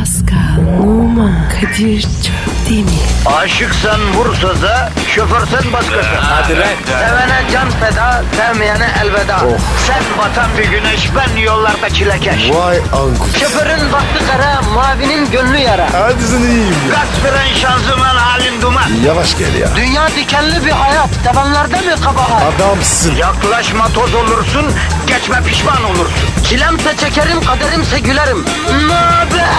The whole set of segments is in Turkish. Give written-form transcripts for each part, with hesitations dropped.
Pascal, Oman, Kadir çok değil mi? Aşıksan vursa da, şoförsen başkasın. Hadi lan. Sevene can feda, sevmeyene elveda. Sen batan bir güneş, ben yollarda çilekeş. Vay anku. Şoförün baktı kara, mavinin gönlü yara. Hadi sen iyiyim ya. Kasperen şanzıman halin duman. Yavaş gel ya. Dünya dikenli bir hayat, sevenlerde mi kabahar? Adamsın. Yaklaşma toz olursun, geçme pişman olursun. Çilemse çekerim, kaderimse gülerim. Möber!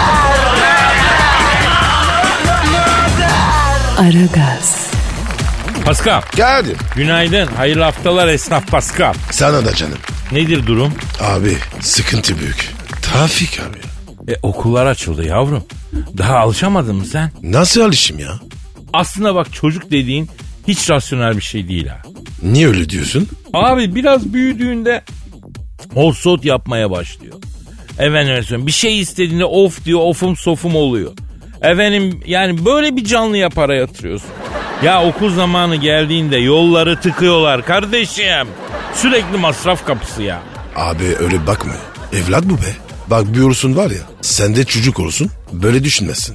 Aragaz, Pascal, Geldim. günaydın. Hayırlı haftalar esnaf Pascal. Sana da canım. Nedir durum? Abi sıkıntı büyük. Trafik abi. Okullar açıldı yavrum. Daha alışamadın mı sen? Nasıl alışayım ya? Aslında bak, çocuk dediğin hiç rasyonel bir şey değil ha. Niye öyle diyorsun? Abi biraz büyüdüğünde hossot yapmaya başlıyor. Efendim bir şey istediğinde of diyor, ofum sofum oluyor. Efendim yani böyle bir canlıya para yatırıyorsun. Ya okul zamanı geldiğinde yolları tıkıyorlar kardeşim. Sürekli masraf kapısı ya. Abi öyle bakma. Evlat bu be. Bak büyürsün var ya. Sen de çocuk olursun. Böyle düşünmezsin.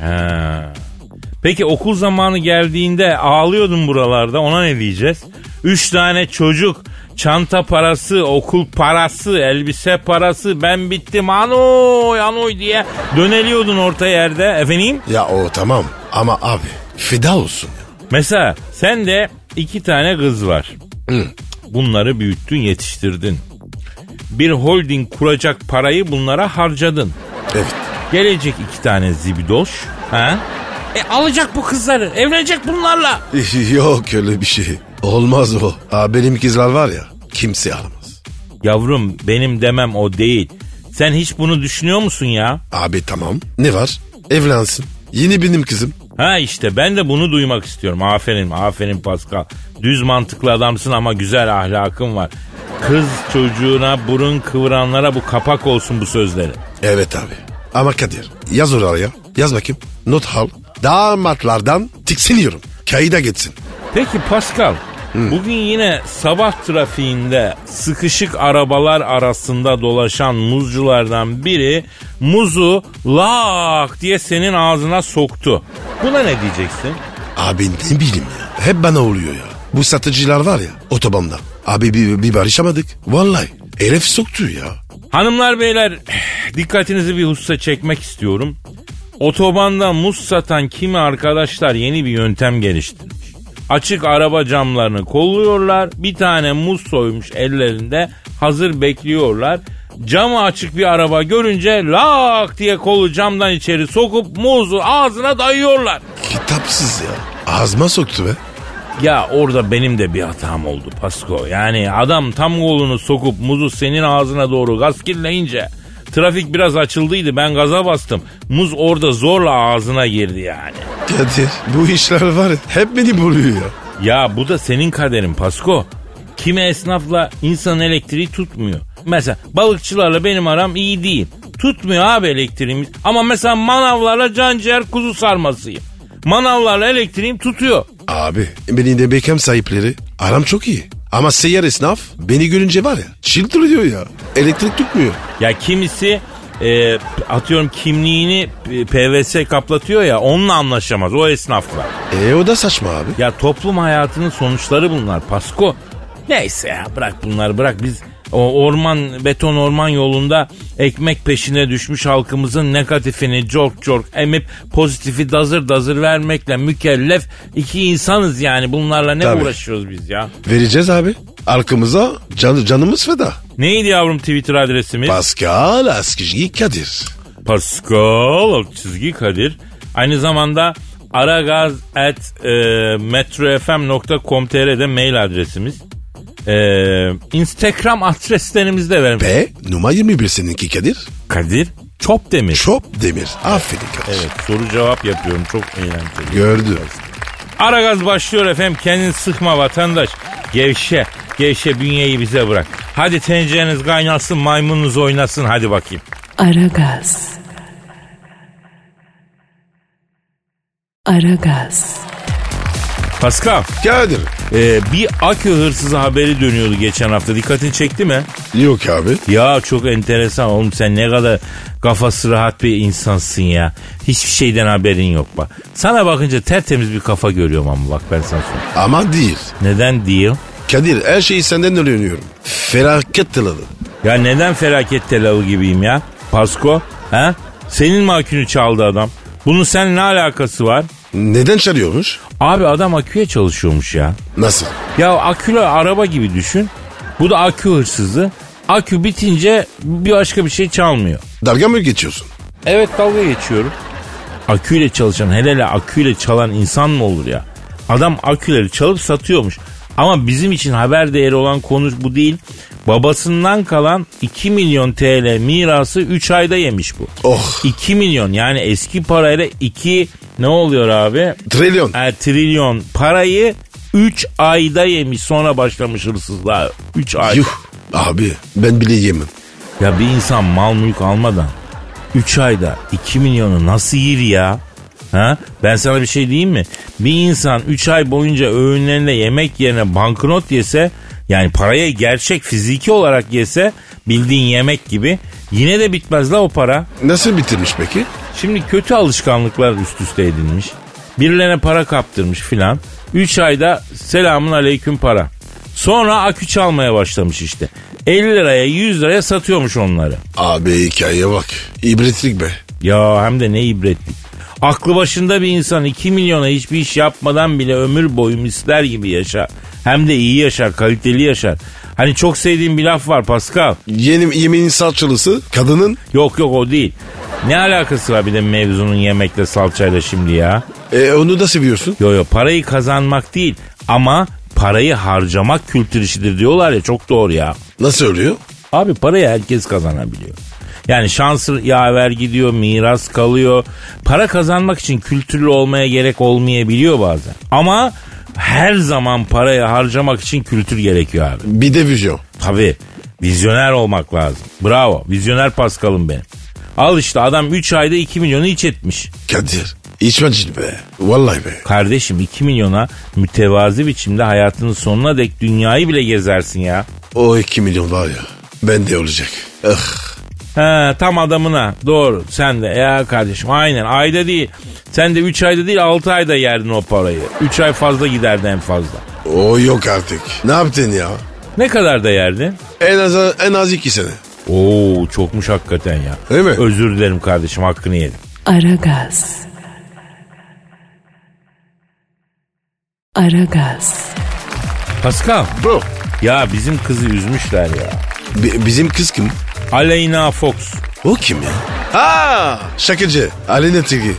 Ha. Peki okul zamanı geldiğinde ağlıyordun buralarda, ona ne diyeceğiz? 3 tane çocuk, çanta parası, okul parası, elbise parası, ben bittim anoy diye döneliyordun orta yerde efendim. Ya o tamam ama abi feda olsun ya. Mesela sen de 2 tane kız var. Bunları büyüttün, yetiştirdin. Bir holding kuracak parayı bunlara harcadın. Evet. Gelecek 2 tane zibidoş. Ha? Alacak bu kızları, evlenecek bunlarla. Yok öyle bir şey. Olmaz o. Abi benim kızlar var ya kimse alamaz. Yavrum benim demem o değil. Sen hiç bunu düşünüyor musun ya? Abi tamam. Ne var? Evlensin. Yeni benim kızım. Ha işte ben de bunu duymak istiyorum. Aferin Pascal. Düz mantıklı adamsın ama güzel ahlakın var. Kız çocuğuna burun kıvıranlara bu kapak olsun bu sözleri. Evet abi. Ama Kadir yaz oraya. Yaz bakayım. Not al. Damatlardan tiksiniyorum. Kayıda geçsin. Peki Pascal, bugün yine sabah trafiğinde sıkışık arabalar arasında dolaşan muzculardan biri muzu lak diye senin ağzına soktu. Buna ne diyeceksin? Abi ne bileyim ya. Hep bana oluyor ya. Bu satıcılar var ya otobanda. Abi bir barışamadık. Vallahi herif soktu ya. Hanımlar beyler, dikkatinizi bir hususa çekmek istiyorum. Otobanda muz satan kimi arkadaşlar yeni bir yöntem geliştirmiş. Açık araba camlarını kolluyorlar. Bir tane muz soymuş ellerinde, hazır bekliyorlar. Camı açık bir araba görünce lak diye kolu camdan içeri sokup muzu ağzına dayıyorlar. Kitapsız ya. Ağzıma soktu be. Ya orada benim de bir hatam oldu Pasko. Yani adam tam kolunu sokup muzu senin ağzına doğru gaz kirleyince trafik biraz açıldıydı, ben gaza bastım. Muz orada zorla ağzına girdi yani. Kadir bu işler var ya hep beni buluyor ya. Ya bu da senin kaderin Pasko. Kimi esnafla insan elektriği tutmuyor. Mesela balıkçılarla benim aram iyi değil. Tutmuyor abi elektriğimiz. Ama mesela manavlarla canciğer kuzu sarmasıyım. Manavlarla elektriğim tutuyor. Abi benim de Beckham sahipleri aram çok iyi. Ama seyyar esnaf beni görünce var ya çıldırıyor ya. Elektrik tutmuyor. Ya kimisi atıyorum kimliğini PVC kaplatıyor ya, onunla anlaşamaz o esnafla. O da saçma abi. Ya toplum hayatının sonuçları bunlar Pasko. Neyse ya bırak bunları, bırak biz o beton orman yolunda ekmek peşine düşmüş halkımızın negatifini cork emip pozitifi dazır vermekle mükellef 2 insanız yani, bunlarla ne Tabii. uğraşıyoruz biz ya? Vereceğiz abi. Halkımıza canımız feda. Neydi yavrum Twitter adresimiz? Pascal Askizgi Kadir. Pascal Kadir. Aynı zamanda aragaz@metrofm.com.tr'de mail adresimiz. Instagram adreslerimizi de verin. P numara 21 seninki Kadir. Kadir Çopdemir. Çopdemir. Aferin Kadir. Evet, soru cevap yapıyorum, çok eğlenceli. Gördüm. Aragaz başlıyor efendim, kendini sıkma vatandaş. Gevşe bünyeyi bize bırak. Hadi tencereniz kaynasın, maymununuz oynasın, hadi bakayım. Aragaz. Pascal, Kadir. bir akü hırsızı haberi dönüyordu geçen hafta. Dikkatini çekti mi? Yok abi. Ya çok enteresan oğlum, sen ne kadar kafası rahat bir insansın ya. Hiçbir şeyden haberin yok bak. Sana bakınca tertemiz bir kafa görüyorum ama bak ben sana söyleyeyim. Ama değil. Neden değil? Kadir her şeyi senden öğreniyorum. Felaket telalı. Ya neden felaket telalı gibiyim ya? Pasko, ha? Senin mi akünü çaldı adam? Bunun seninle ne alakası var? Neden çalıyormuş? Abi adam aküye çalışıyormuş ya. Nasıl? Ya akülü araba gibi düşün. Bu da akü hırsızı. Akü bitince bir başka bir şey çalmıyor. Dalga mı geçiyorsun? Evet, dalga geçiyorum. Aküyle çalışan, hele aküyle çalan insan mı olur ya? Adam aküleri çalıp satıyormuş. Ama bizim için haber değeri olan konu bu değil. Babasından kalan 2 milyon TL mirası 3 ayda yemiş bu. Oh. 2 milyon yani eski parayla 2 ne oluyor abi? Trilyon. Trilyon parayı 3 ayda yemiş, sonra başlamış hırsızlığa. 3 ay. Yuh. Abi ben bile yemem. Ya bir insan mal mülk almadan 3 ayda 2 milyonu nasıl yer ya? Ha? Ben sana bir şey diyeyim mi? Bir insan 3 ay boyunca öğünlerinde yemek yerine banknot yese, yani parayı gerçek fiziki olarak yese, bildiğin yemek gibi, yine de bitmez la o para. Nasıl bitirmiş peki? Şimdi kötü alışkanlıklar üst üste edilmiş. Birilerine para kaptırmış filan. 3 ayda selamun aleyküm para. Sonra akü çalmaya başlamış işte. 50 liraya 100 liraya satıyormuş onları. Abi hikayeye bak. İbretlik be. Ya hem de ne ibretlik. Aklı başında bir insan 2 milyona hiçbir iş yapmadan bile ömür boyu misler gibi yaşar. Hem de iyi yaşar, kaliteli yaşar. Hani çok sevdiğim bir laf var Pascal. Yemeğin salçalısı kadının. Yok o değil. Ne alakası var bir de mevzunun yemekle salçayla şimdi ya? Onu da seviyorsun. Yok parayı kazanmak değil ama parayı harcamak kültür işidir diyorlar ya, çok doğru ya. Nasıl oluyor? Abi parayı herkes kazanabiliyor. Yani şans yaver gidiyor, miras kalıyor. Para kazanmak için kültürlü olmaya gerek olmayabiliyor bazen. Ama her zaman parayı harcamak için kültür gerekiyor abi. Bir de vizyon. Tabii. Vizyoner olmak lazım. Bravo. Vizyoner Paskal'ım benim. Al işte adam 3 ayda 2 milyonu iç etmiş. Kadir içmecil be. Vallahi be. Kardeşim 2 milyona mütevazi biçimde hayatının sonuna dek dünyayı bile gezersin ya. O 2 milyon var ya. Bende olacak. He, tam adamına. Doğru. Sen de ya kardeşim aynen. Ayda değil. Sen de 3 ayda değil 6 ayda yerdin o parayı. 3 ay fazla giderdi en fazla. O yok artık. Ne yaptın ya? Ne kadar da yerdin? En az 2 sene. Oo çokmuş hakikaten ya. Değil mi? Özür dilerim kardeşim, hakkını yedim. Aragaz. Aragaz. Pascal. Bro. Ya bizim kızı üzmüşler ya. Bizim kız kim? Aleyna Fox. O kim ya? Ha, şakacı. Aleyna Tilki.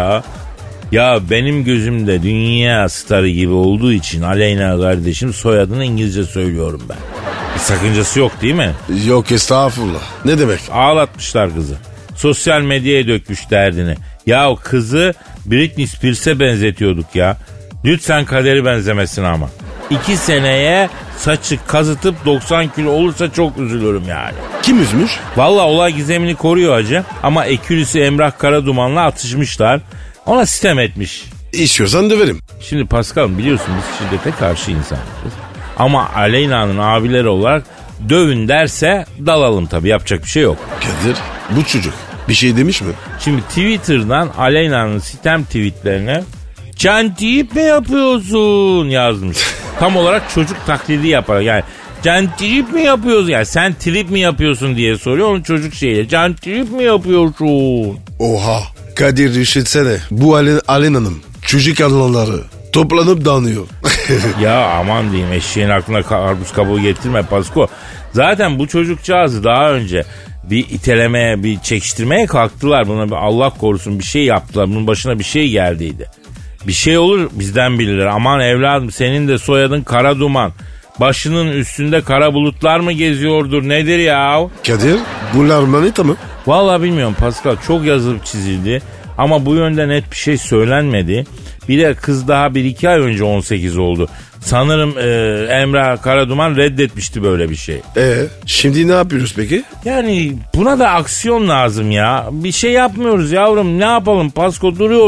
Ya benim gözümde dünya starı gibi olduğu için Aleyna kardeşim soyadını İngilizce söylüyorum ben. Bir sakıncası yok değil mi? Yok estağfurullah. Ne demek? Ağlatmışlar kızı. Sosyal medyaya dökmüş derdini. Ya kızı Britney Spears'e benzetiyorduk ya. Lütfen kaderi benzemesin ama. 2 seneye saçı kazıtıp 90 kilo olursa çok üzülürüm yani. Kim üzmüş? Valla olay gizemini koruyor hacı. Ama ekürüsü Emrah Karaduman'la atışmışlar. Ona sitem etmiş. İstiyorsan döverim. Şimdi Pascal biliyorsun biz şiddete karşı insanlarız. Ama Aleyna'nın abileri olarak dövün derse dalalım tabii, yapacak bir şey yok. Kadir bu çocuk bir şey demiş mi? Şimdi Twitter'dan Aleyna'nın sitem tweetlerine "Can trip mi yapıyorsun?" yazmış. Tam olarak çocuk taklidi yapar. Yani "Can trip mi yapıyorsun?" Yani sen trip mi yapıyorsun diye soruyor. Onun çocuk şeyle "Can trip mi yapıyorsun?" Oha. Kadir düşünsene. Bu Alena'nın çocuk anıları toplanıp dağınıyor. Ya aman diyeyim, eşeğin aklına karpuz kabuğu getirme Pasko. Zaten bu çocukcağızı daha önce bir itelemeye, bir çekiştirmeye kalktılar. Buna bir Allah korusun bir şey yaptılar. Bunun başına bir şey geldiydi. Bir şey olur bizden bilirler. Aman evladım senin de soyadın Karaduman. Başının üstünde kara bulutlar mı geziyordur nedir ya? Kadir bunlar manita mı? Vallahi bilmiyorum Pascal, çok yazılıp çizildi. Ama bu yönde net bir şey söylenmedi. Bir de kız daha 1-2 ay önce 18 oldu. Sanırım Emrah Karaduman reddetmişti böyle bir şey. Şimdi ne yapıyoruz peki? Yani buna da aksiyon lazım ya. Bir şey yapmıyoruz yavrum, ne yapalım Pasko, duruyoruz.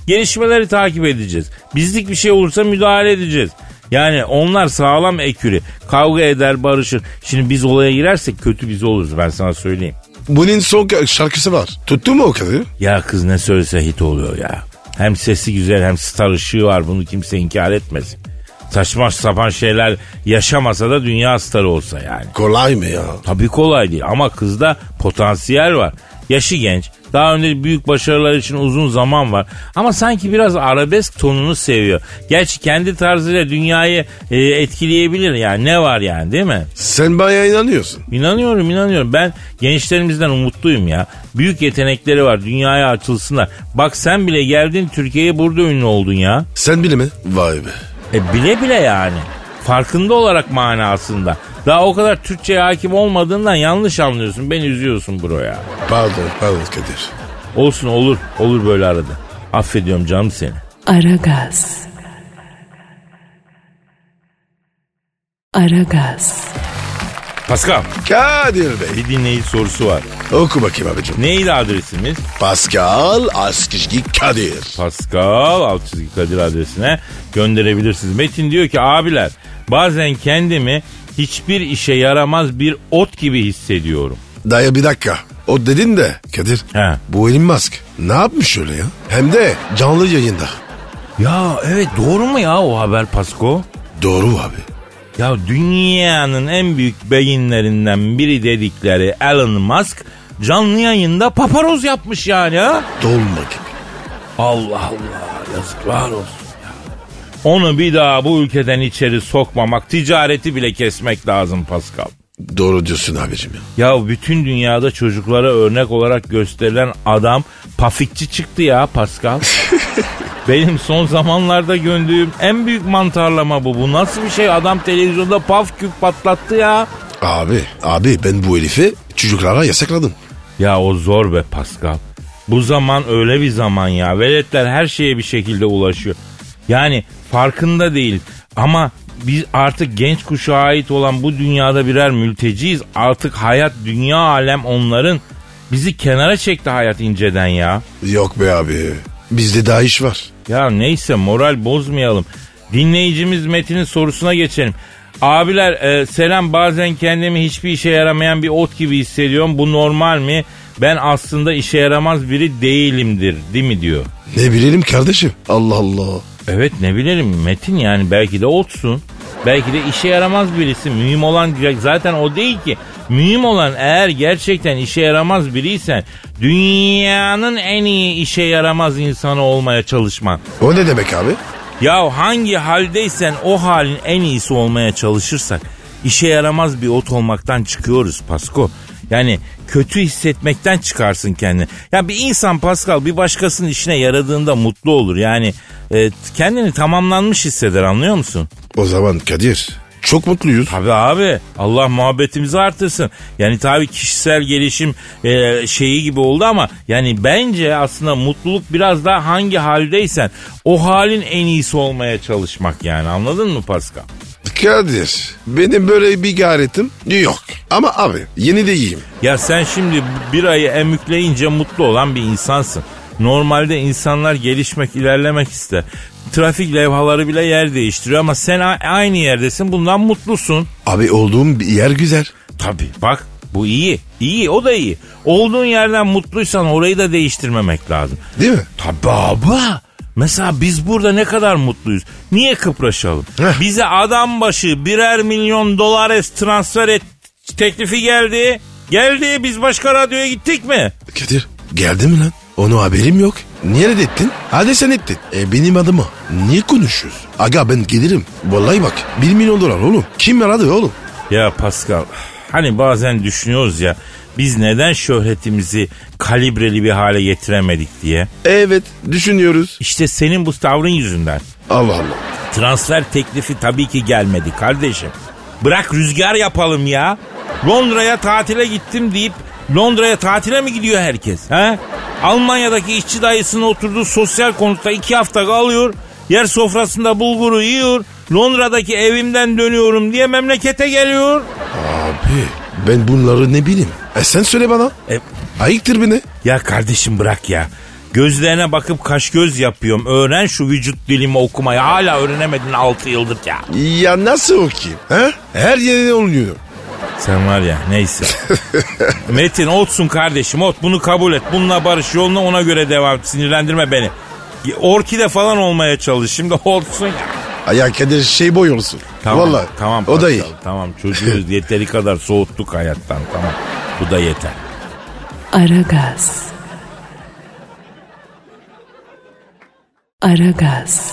Gelişmeleri takip edeceğiz. Bizlik bir şey olursa müdahale edeceğiz. Yani onlar sağlam ekürü. Kavga eder, barışır. Şimdi biz olaya girersek kötü biz oluruz, ben sana söyleyeyim. Bunun son şarkısı var. Tuttu mu o kadar? Ya kız ne söylese hit oluyor ya. Hem sesi güzel hem star ışığı var, bunu kimse inkar etmesin. Saçma sapan şeyler yaşamasa da dünya starı olsa yani. Kolay mı ya? Tabii kolay değil ama kızda potansiyel var. Yaşı genç. Daha önce büyük başarılar için uzun zaman var. Ama sanki biraz arabesk tonunu seviyor. Gerçi kendi tarzıyla dünyayı etkileyebilir yani. Ne var yani, değil mi? Sen bayağı inanıyorsun. İnanıyorum. Ben gençlerimizden umutluyum ya. Büyük yetenekleri var. Dünyaya açılsınlar. Bak sen bile geldin Türkiye'ye, burada ünlü oldun ya. Sen bile mi? Vay be. Bile bile yani. Farkında olarak manasında. Daha o kadar Türkçe'ye hakim olmadığından yanlış anlıyorsun. Beni üzüyorsun bro ya. Pardon Kadir. Olsun, olur böyle arada. Affediyorum canım seni. Aragaz. Pascal, Kadir Bey. bir dinleyici sorusu var. Oku bakayım abicim. Neydi adresimiz? Pascal Askizgi Kadir. Pascal Altçizgi Kadir adresine gönderebilirsiniz. Metin diyor ki abiler, bazen kendimi hiçbir işe yaramaz bir ot gibi hissediyorum. Daya bir dakika. O dedin de Kadir. He. Bu Elon Musk ne yapmış öyle ya? Hem de canlı yayında. Ya evet, doğru mu ya o haber Pasko? Doğru abi. Ya dünyanın en büyük beyinlerinden biri dedikleri Elon Musk canlı yayında paparoz yapmış yani ha? Dolma gibi. Allah yazıklar olsun ya. Onu bir daha bu ülkeden içeri sokmamak, ticareti bile kesmek lazım Pascal. Doğru diyorsun abicim ya. Ya bütün dünyada çocuklara örnek olarak gösterilen adam pafikçi çıktı ya Pascal. Benim son zamanlarda gördüğüm en büyük mantarlama bu. Bu nasıl bir şey? Adam televizyonda paf küp patlattı ya. Abi ben bu herifi çocuklara yasakladım. Ya o zor be Pascal. Bu zaman öyle bir zaman ya. Veletler her şeye bir şekilde ulaşıyor. Yani farkında değil. Ama biz artık genç kuşağa ait olan bu dünyada birer mülteciyiz. Artık hayat, dünya alem onların. Bizi kenara çekti hayat inceden ya. Yok be abi. Bizde daha iş var. Ya neyse, moral bozmayalım. Dinleyicimiz Metin'in sorusuna geçelim. Abiler selam, bazen kendimi hiçbir işe yaramayan bir ot gibi hissediyorum. Bu normal mi? Ben aslında işe yaramaz biri değilimdir, değil mi diyor. Ne bilelim kardeşim. Allah Allah. Evet, ne bilelim Metin, yani belki de otsun. Belki de işe yaramaz birisi. Mühim olan zaten o değil ki. Mühim olan, eğer gerçekten işe yaramaz biriysen dünyanın en iyi işe yaramaz insanı olmaya çalışman. O ne demek abi? Ya hangi haldeysen o halin en iyisi olmaya çalışırsak işe yaramaz bir ot olmaktan çıkıyoruz Pasko. Yani kötü hissetmekten çıkarsın kendini. Ya bir insan Pascal bir başkasının işine yaradığında mutlu olur. Yani kendini tamamlanmış hisseder, anlıyor musun? O zaman Kadir çok mutluyuz. Tabii abi, Allah muhabbetimizi artırsın. Yani tabii kişisel gelişim şeyi gibi oldu ama yani bence aslında mutluluk biraz daha hangi haldeysen o halin en iyisi olmaya çalışmak, yani anladın mı Pascal? Kadir benim böyle bir gayretim yok. Ama abi yeni de iyiyim. Ya sen şimdi bir ayı emükleyince mutlu olan bir insansın. Normalde insanlar gelişmek, ilerlemek ister. Trafik levhaları bile yer değiştiriyor ama sen aynı yerdesin, bundan mutlusun. Abi olduğum bir yer güzel. Tabii bak, bu iyi. İyi, o da iyi. Olduğun yerden mutluysan orayı da değiştirmemek lazım. Değil mi? Tabii abi. Mesela biz burada ne kadar mutluyuz. Niye kıpraşalım? Bize adam başı birer milyon dolar transfer et teklifi geldi. Geldi, biz başka radyoya gittik mi? Kadir geldi mi lan? Onu haberim yok. Niye reddettin? Hadi sen ettin. Benim adıma. Niye konuşuyoruz? Aga ben gelirim. Vallahi bak 1 milyon dolar oğlum. Kim aradı oğlum? Ya Pascal, hani bazen düşünüyoruz ya, biz neden şöhretimizi kalibreli bir hale getiremedik diye. Evet düşünüyoruz. İşte senin bu tavrın yüzünden. Allah Allah. Transfer teklifi tabii ki gelmedi kardeşim. Bırak rüzgar yapalım ya. Londra'ya tatile gittim deyip Londra'ya tatile mi gidiyor herkes? He? Almanya'daki işçi dayısının oturduğu sosyal konutta 2 hafta kalıyor. Yer sofrasında bulguru yiyor. Londra'daki evimden dönüyorum diye memlekete geliyor. Abi ben bunları ne bileyim. Sen söyle bana. Ayıktır beni. Ya kardeşim bırak ya. Gözlerine bakıp kaş göz yapıyorum. Öğren şu vücut dilimi okumayı. Hala öğrenemedin 6 yıldır ya. Ya nasıl okuyayım? He? Her yerine oluyor. Sen var ya neyse. Metin olsun kardeşim ot bunu kabul et. Bununla barış yoluna ona göre devam. Sinirlendirme beni. Orkide falan olmaya çalış. Şimdi olsun ya. Ya Kadir şey boy olsun. Tamam, Vallahi. tamam. O da iyi. Tamam çocuğuz yeteri kadar soğuttuk hayattan. Tamam bu da yeter. Aragaz. Aragaz.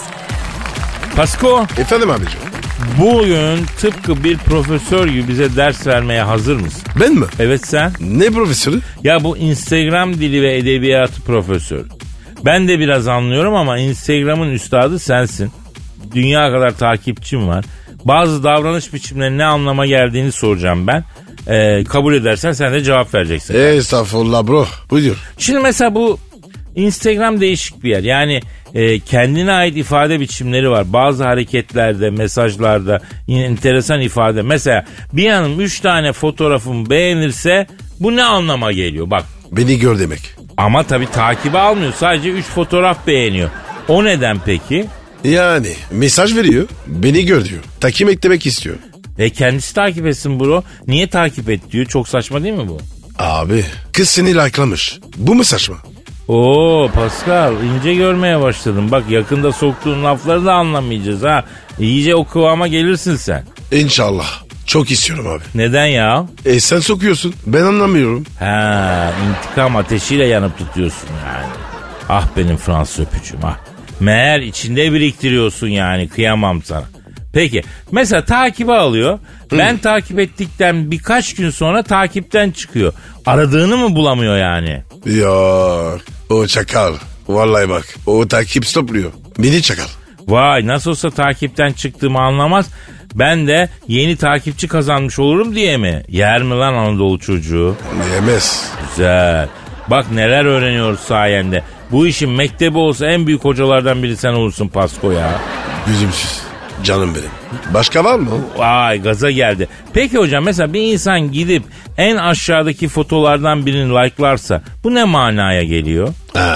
Pasko Efendim abicim. bugün tıpkı bir profesör gibi bize ders vermeye hazır mısın? Ben mi? Evet sen. Ne profesörü? Ya bu Instagram dili ve edebiyatı profesörü. Ben de biraz anlıyorum ama Instagram'ın üstadı sensin. Dünya kadar takipçim var. Bazı davranış biçimlerinin ne anlama geldiğini soracağım ben. Kabul edersen sen de cevap vereceksin. Estağfurullah bro. Buyur. Şimdi mesela bu Instagram değişik bir yer. Yani kendine ait ifade biçimleri var. Bazı hareketlerde, mesajlarda enteresan ifade. Mesela bir hanım 3 tane fotoğrafımı beğenirse bu ne anlama geliyor? Bak. Beni gör demek. Ama tabii takibi almıyor. Sadece 3 fotoğraf beğeniyor. O neden peki? Yani mesaj veriyor. Beni gör diyor. Takip eklemek istiyor. Kendisi takip etsin bro. Niye takip et diyor? Çok saçma değil mi bu? Abi kız seni like'lamış. Bu mu saçma? Oo Pascal ince görmeye başladım. Bak yakında soktuğun lafları da anlamayacağız ha. İyice o kıvama gelirsin sen. İnşallah. Çok istiyorum abi. Neden ya? Sen sokuyorsun. Ben anlamıyorum. İntikam ateşiyle yanıp tutuyorsun yani. Ah benim Fransız öpücüğüm ah. Meğer içinde biriktiriyorsun yani kıyamam sana. Peki mesela takibi alıyor. Ben takip ettikten birkaç gün sonra takipten çıkıyor. Aradığını mı bulamıyor yani? Ya o çakal. Vallahi bak o takip stopluyor. Beni çakal. Vay nasıl olsa takipten çıktığımı anlamaz. Ben de yeni takipçi kazanmış olurum diye mi? Yer mi lan Anadolu çocuğu? Yemez. Güzel. Bak neler öğreniyoruz sayende. Bu işin mektebi olsa en büyük hocalardan biri sen olursun Pasko ya. Yüzümsüz. Canım benim. Başka var mı? Vay gaza geldi. Peki hocam mesela bir insan gidip en aşağıdaki fotolardan birini like'larsa bu ne manaya geliyor?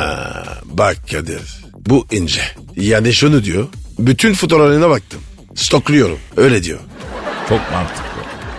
Bak Kadir. Bu ince. Yani şunu diyor. Bütün fotoğraflarına baktım. Stokluyorum. Öyle diyor. Çok mantıklı.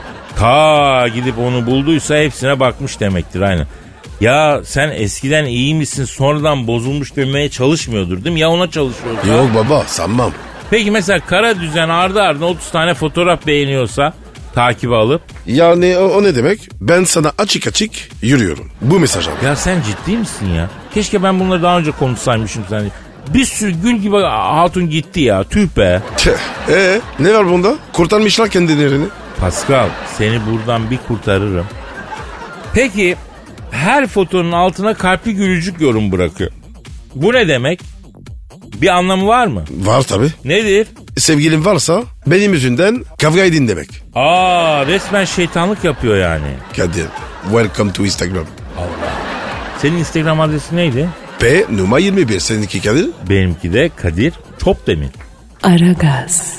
Ta gidip onu bulduysa hepsine bakmış demektir aynen. Ya sen eskiden iyi misin sonradan bozulmuş demeye çalışmıyordur değil mi? Ya ona çalışıyorsa? Yok baba sanmam. Peki mesela kara düzen ardı ardına 30 tane fotoğraf beğeniyorsa takibi alıp? Yani o ne demek? Ben sana açık açık yürüyorum. Bu mesaj abi. Ya sen ciddi misin ya? Keşke ben bunları daha önce konuşsaymışım sen. Bir sürü gül gibi hatun gitti ya tüh be. Ne var bunda? Kurtarmışlar kendilerini. Pascal seni buradan bir kurtarırım. Peki her fotonun altına kalpli gülücük yorum bırakıyor. Bu ne demek? Bir anlamı var mı? Var tabii. Nedir? Sevgilin varsa benim yüzünden kavga edin demek. Resmen şeytanlık yapıyor yani. Kadir, welcome to Instagram. Senin Instagram adresi neydi? P numara 21 seninki Kadir. Benimki de Kadir Çopdemir. Aragaz.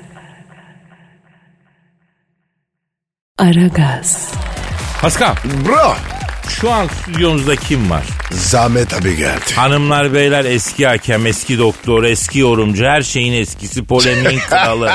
Aragaz. Pascal Bro. şu an stüdyomuzda kim var? Zahmet abi geldi. Hanımlar beyler eski hakem, eski doktor, eski yorumcu, her şeyin eskisi, polemiğin kralı.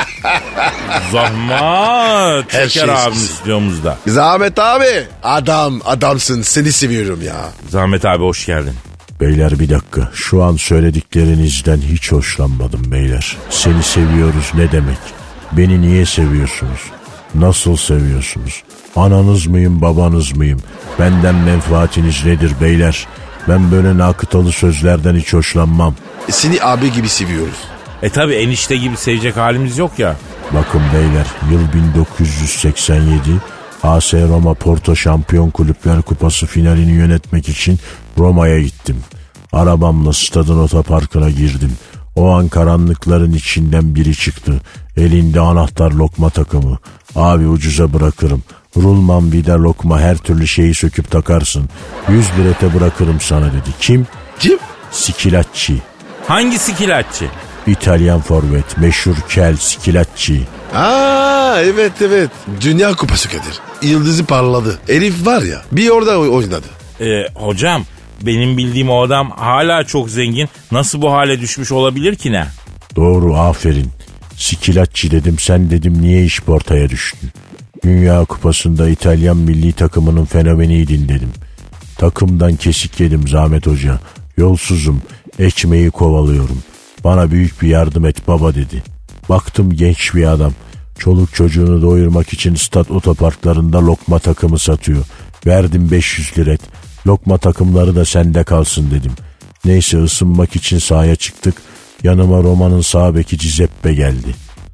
Zahmet Her Çeker şey abimiz eskisi. stüdyomuzda. Zahmet abi. Adamsın seni seviyorum ya. Zahmet abi hoş geldin. Beyler bir dakika. Şu an söylediklerinizden hiç hoşlanmadım beyler. Seni seviyoruz ne demek? Beni niye seviyorsunuz? Nasıl seviyorsunuz? Ananız mıyım, babanız mıyım? Benden menfaatiniz nedir beyler? Ben böyle nakıtalı sözlerden hiç hoşlanmam. Seni abi gibi seviyoruz. Tabi enişte gibi sevecek halimiz yok ya. Bakın beyler, yıl 1987, AS Roma Porto Şampiyon Kulüpler Kupası finalini yönetmek için Roma'ya gittim. Arabamla stadın otoparkına girdim. O an karanlıkların içinden biri çıktı. Elinde anahtar lokma takımı. Abi ucuza bırakırım. Rulman, vida, lokma, her türlü şeyi söküp takarsın. 100 lirete bırakırım sana dedi. Kim? Kim? Skilacci. Hangi skilacci? İtalyan forvet, meşhur kel Skilacci. Evet. Dünya Kupası Kadir. Yıldızı parladı. Elif var ya bir orada oynadı. Hocam benim bildiğim o adam hala çok zengin. Nasıl bu hale düşmüş olabilir ki ne? Doğru, aferin. Sikilatçı dedim, sen dedim niye iş ortaya düştün? Dünya Kupası'nda İtalyan milli takımının fenomeniydin dedim. Takımdan kesik yedim Zahmet Hoca. Yolsuzum, ekmeği kovalıyorum. Bana büyük bir yardım et baba dedi. Baktım genç bir adam. Çoluk çocuğunu doyurmak için stat otoparklarında lokma takımı satıyor. Verdim 500 liret. Lokma takımları da sende kalsın dedim. Neyse ısınmak için sahaya çıktık. Yanıma Roma'nın sağ beki Giuseppe geldi.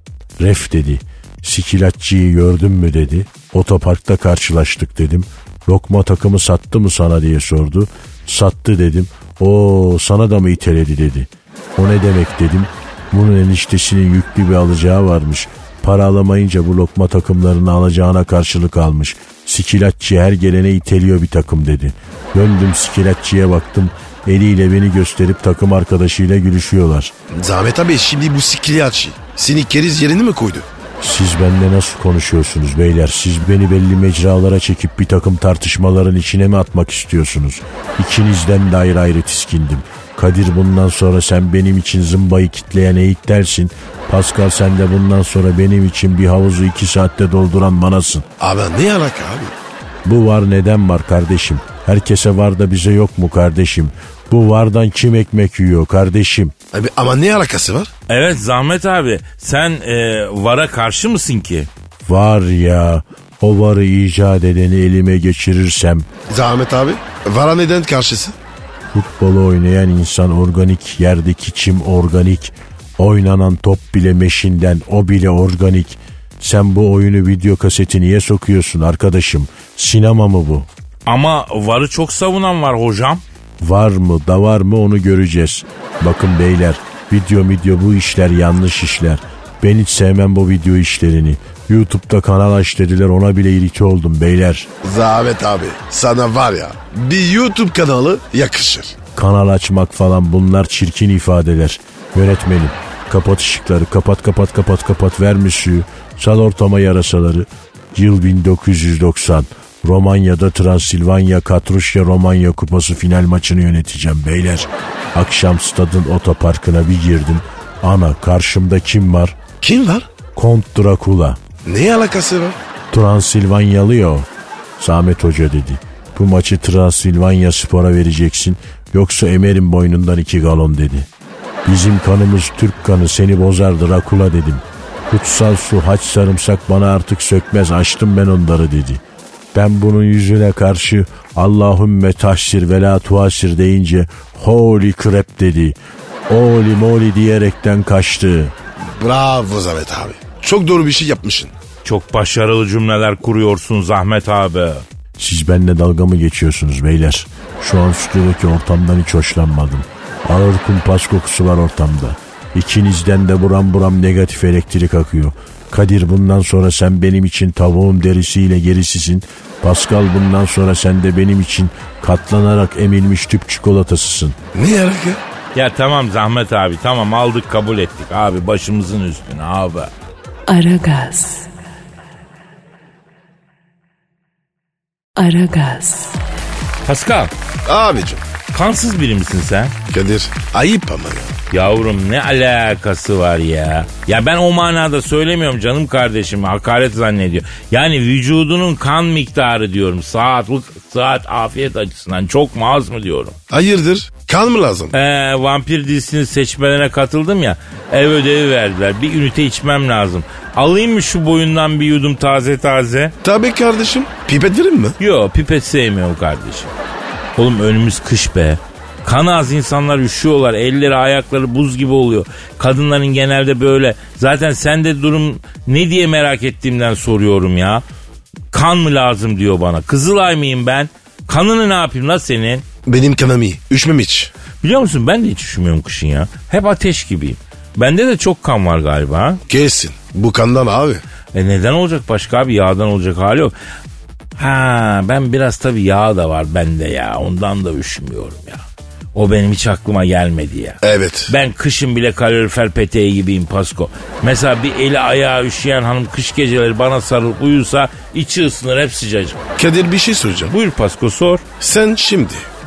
Ref dedi. Sikilatçıyı gördün mü dedi. Otoparkta karşılaştık dedim. Lokma takımı sattı mı sana diye sordu. Sattı dedim. O sana da mı iteledi dedi. O ne demek dedim. Bunun eniştesinin yüklü bir alacağı varmış. Para alamayınca bu lokma takımlarını alacağına karşılık almış. Sikilatçı her gelene iteliyor bir takım dedi. Döndüm sikilatçıya baktım. Eliyle beni gösterip takım arkadaşıyla gülüşüyorlar. Zahmet abi şimdi bu sikilatçı seni keriz yerini mi koydu? Siz benimle nasıl konuşuyorsunuz beyler? Siz beni belli mecralara çekip bir takım tartışmaların içine mi atmak istiyorsunuz? İkinizden de ayrı ayrı tiskindim. Kadir bundan sonra sen benim için zımbayı kitleyen eğit dersin. Pascal sen de bundan sonra benim için bir havuzu 2 saatte dolduran manasın. Abi ne alaka abi? Bu var neden var kardeşim? Herkese var da bize yok mu kardeşim? Bu vardan kim ekmek yiyor kardeşim? Abi, ama ne alakası var? Evet Zahmet abi, sen VAR'a karşı mısın ki? Var ya, o varı icat edeni elime geçirirsem. Zahmet abi vara neden karşısı? Futbolu oynayan insan organik, yerdeki çim organik. Oynanan top bile meşinden, o bile organik. Sen bu oyunu video kaseti niye sokuyorsun arkadaşım? Sinema mı bu? Ama VAR'ı çok savunan var hocam. Var mı da var mı onu göreceğiz. Bakın beyler, video bu işler yanlış işler. Ben hiç sevmem bu video işlerini. YouTube'da kanal aç dediler, ona bile irite oldum beyler. Zahmet abi sana var ya bir YouTube kanalı yakışır. Kanal açmak falan bunlar çirkin ifadeler. Yönetmenim kapat ışıkları, kapat ver müziği. Sal ortama yarasaları. Yıl 1990. Romanya'da Transilvanya Katruşya Romanya Kupası final maçını yöneteceğim beyler. Akşam stadın otoparkına bir girdim. Ana karşımda kim var? Kim var? Kont Drakula. Ne alakası var? Transilvanyalı ya o. Zahmet Hoca dedi. Bu maçı Transilvanya Spor'a vereceksin. Yoksa emerim boynundan 2 galon dedi. Bizim kanımız Türk kanı, seni bozar Drakula dedim. Kutsal su, haç, sarımsak bana artık sökmez, açtım ben onları dedi. Ben bunun yüzüne karşı Allahümme tahsir ve la tuasir deyince holy crap dedi. Holy moly diyerekten kaçtı. Bravo Zahmet abi. Çok doğru bir şey yapmışsın. Çok başarılı cümleler kuruyorsun Zahmet abi. Siz benimle dalga mı geçiyorsunuz beyler? Şu an stüdyodaki ortamdan hiç hoşlanmadım. Ağır kumpas kokusu var ortamda. İkinizden de buram negatif elektrik akıyor. Kadir bundan sonra sen benim için tavuğun derisiyle gerisisin. Pascal bundan sonra sen de benim için katlanarak emilmiş tüp çikolatasısın. Ne alaka? Ya tamam Zahmet abi, tamam aldık kabul ettik abi, başımızın üstüne abi. Aragaz. Pascal, Abicim. kansız biri misin sen? Kadir ayıp ama ya. Yavrum ne alakası var ya? Ya ben o manada söylemiyorum canım kardeşim, hakaret zannediyor. Yani vücudunun kan miktarı diyorum. Saat afiyet açısından çok mu az mı diyorum. Hayırdır? Kan mı lazım? Vampir dizisinin seçmelerine katıldım ya. Ev ödevi verdiler. Bir ünite içmem lazım. Alayım mı şu boyundan bir yudum taze? Tabii kardeşim. Pipet verin mi? Yo, pipet sevmiyorum kardeşim. Oğlum önümüz kış be. Kan az insanlar üşüyorlar. Elleri ayakları buz gibi oluyor. Kadınların genelde böyle. Zaten sende durum ne diye merak ettiğimden soruyorum ya. Kan mı lazım diyor bana. Kızılay mıyım ben? Kanını ne yapayım la senin? Benim kanım iyi. Üşmem hiç. Biliyor musun ben de hiç üşümüyorum kışın ya. Hep ateş gibiyim. Bende de çok kan var galiba. Kesin. Bu kandan abi. Neden olacak başka abi? Yağdan olacak hali yok. Ben biraz tabii yağ da var bende ya. Ondan da üşümüyorum ya. O benim hiç aklıma gelmedi ya. Evet. Ben kışın bile kalorifer peteği gibiyim Pasko. Mesela bir eli ayağı üşüyen hanım kış geceleri bana sarılıp uyursa içi ısınır, hep sıcacık. Kadir bir şey soracağım. Buyur Pasko, sor. Sen şimdi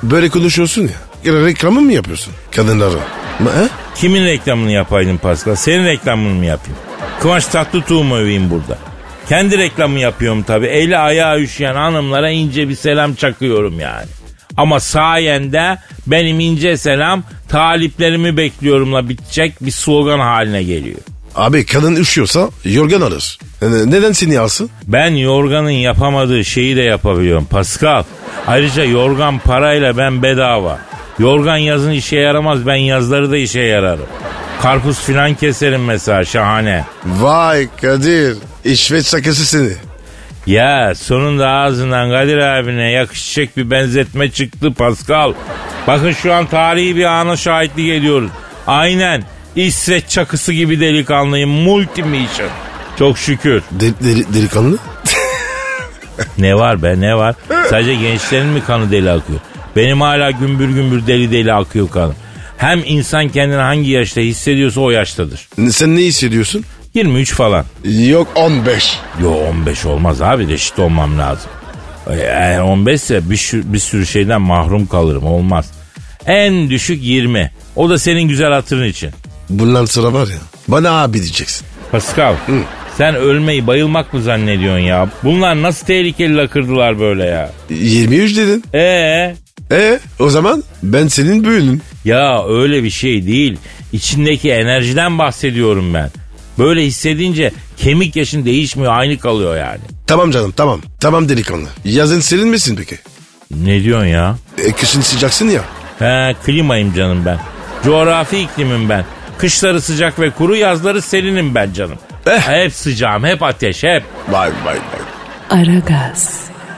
böyle konuşuyorsun ya. Reklamı mı yapıyorsun kadınlara? He? Kimin reklamını yapaydın Pascal? Senin reklamını mı yapayım? Kıvanç Tatlıtuğ'u mu öveyim burada? Kendi reklamı yapıyorum tabii. Eli ayağı üşüyen hanımlara ince bir selam çakıyorum yani. Ama sayende benim ince selam taliplerimi bekliyorumla bitecek bir slogan haline geliyor. Abi kadın üşüyorsa yorgan alır. Neden seni alsın? Ben yorganın yapamadığı şeyi de yapabiliyorum Pascal. Ayrıca yorgan parayla, ben bedava. Yorgan yazın işe yaramaz, ben yazları da işe yararım. Karpuz filan keserim mesela, şahane. Vay Kadir, İsveç sakızı seni. Ya sonunda ağzından Kadir abine yakışacak bir benzetme çıktı Pascal. Bakın şu an tarihi bir ana şahitlik ediyoruz. Aynen İsveç çakısı gibi delikanlıyım, multimission. Çok şükür. Delikanlı? Ne var be, ne var? Sadece gençlerin mi kanı deli akıyor? Benim hala gümbür gümbür deli deli akıyor kanım. Hem insan kendini hangi yaşta hissediyorsa o yaştadır. Sen ne hissediyorsun? 23 falan. Yok 15. Yo 15 olmaz abi, reşit olmam lazım. Eğer 15 ise bir sürü şeyden mahrum kalırım, olmaz. En düşük 20. O da senin güzel hatırın için. Bundan sonra var ya, bana abi diyeceksin. Pascal, sen ölmeyi bayılmak mı zannediyorsun ya? Bunlar nasıl tehlikeli lakırdılar böyle ya? 23 dedin. O zaman ben senin büyüğünüm. Ya öyle bir şey değil. İçindeki enerjiden bahsediyorum ben. Böyle hissedince kemik yaşın değişmiyor, aynı kalıyor yani. Tamam canım, tamam. Tamam delikanlı. Yazın serin misin peki? Ne diyorsun ya? Kışın sıcaksın ya. He, klimayım canım ben. Coğrafi iklimim ben. Kışları sıcak ve kuru, yazları serinim ben canım. Hep sıcağım, hep ateş, hep. Vay. Aragaz.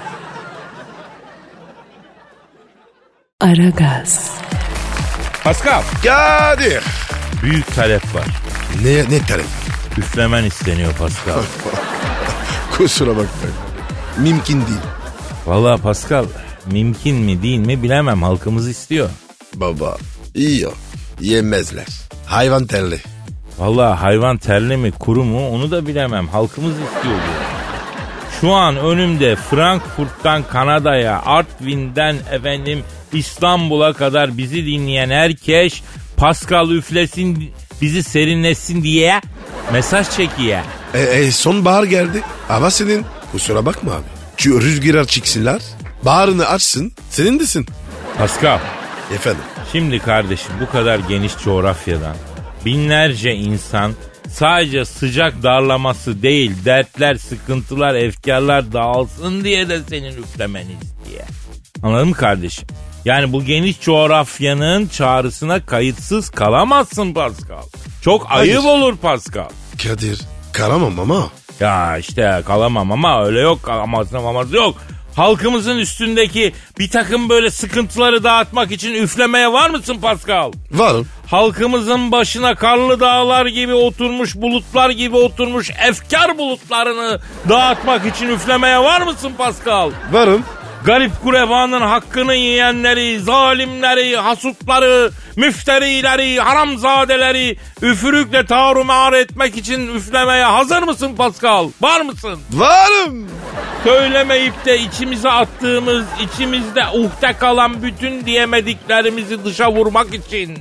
Pascal, Kadir. büyük talep var. Ne talep? Üflemen isteniyor Pascal. Kusura bakma. Mümkün değil. Vallahi Pascal, mümkün mi değil mi bilemem, halkımız istiyor. Baba iyi yok. Yemezler. Hayvan terli. Vallahi hayvan terli mi kuru mu onu da bilemem, halkımız istiyor diyor. Şu an önümde Frankfurt'tan Kanada'ya, Artvin'den İstanbul'a kadar bizi dinleyen herkes Pascal üflesin, bizi serinlesin diye mesaj çekiyor. Sonbahar geldi. Hava senin. Kusura bakma abi. Şu rüzgar çıksınlar. Baharını açsın. Senindesin. Pascal. Efendim. Şimdi kardeşim, bu kadar geniş coğrafyadan binlerce insan sadece sıcak darlaması değil, dertler, sıkıntılar, efkarlar dağılsın diye de senin üflemeni istiyor. Anladın mı kardeşim? Yani bu geniş coğrafyanın çağrısına kayıtsız kalamazsın Pascal. Çok ayıp olur Pascal. Kadir, kalamam ama. Ya işte kalamam ama öyle yok, kalaması yok. Halkımızın üstündeki bir takım böyle sıkıntıları dağıtmak için üflemeye var mısın Pascal? Varım. Halkımızın başına karlı dağlar gibi oturmuş, bulutlar gibi oturmuş efkar bulutlarını dağıtmak için üflemeye var mısın Pascal? Varım. Garip kurebanın hakkını yiyenleri, zalimleri, hasutları, müfterileri, haramzadeleri üfürükle tarumar etmek için üflemeye hazır mısın Pascal? Var mısın? Varım. Söylemeyip de içimize attığımız, içimizde uhde kalan bütün diyemediklerimizi dışa vurmak için,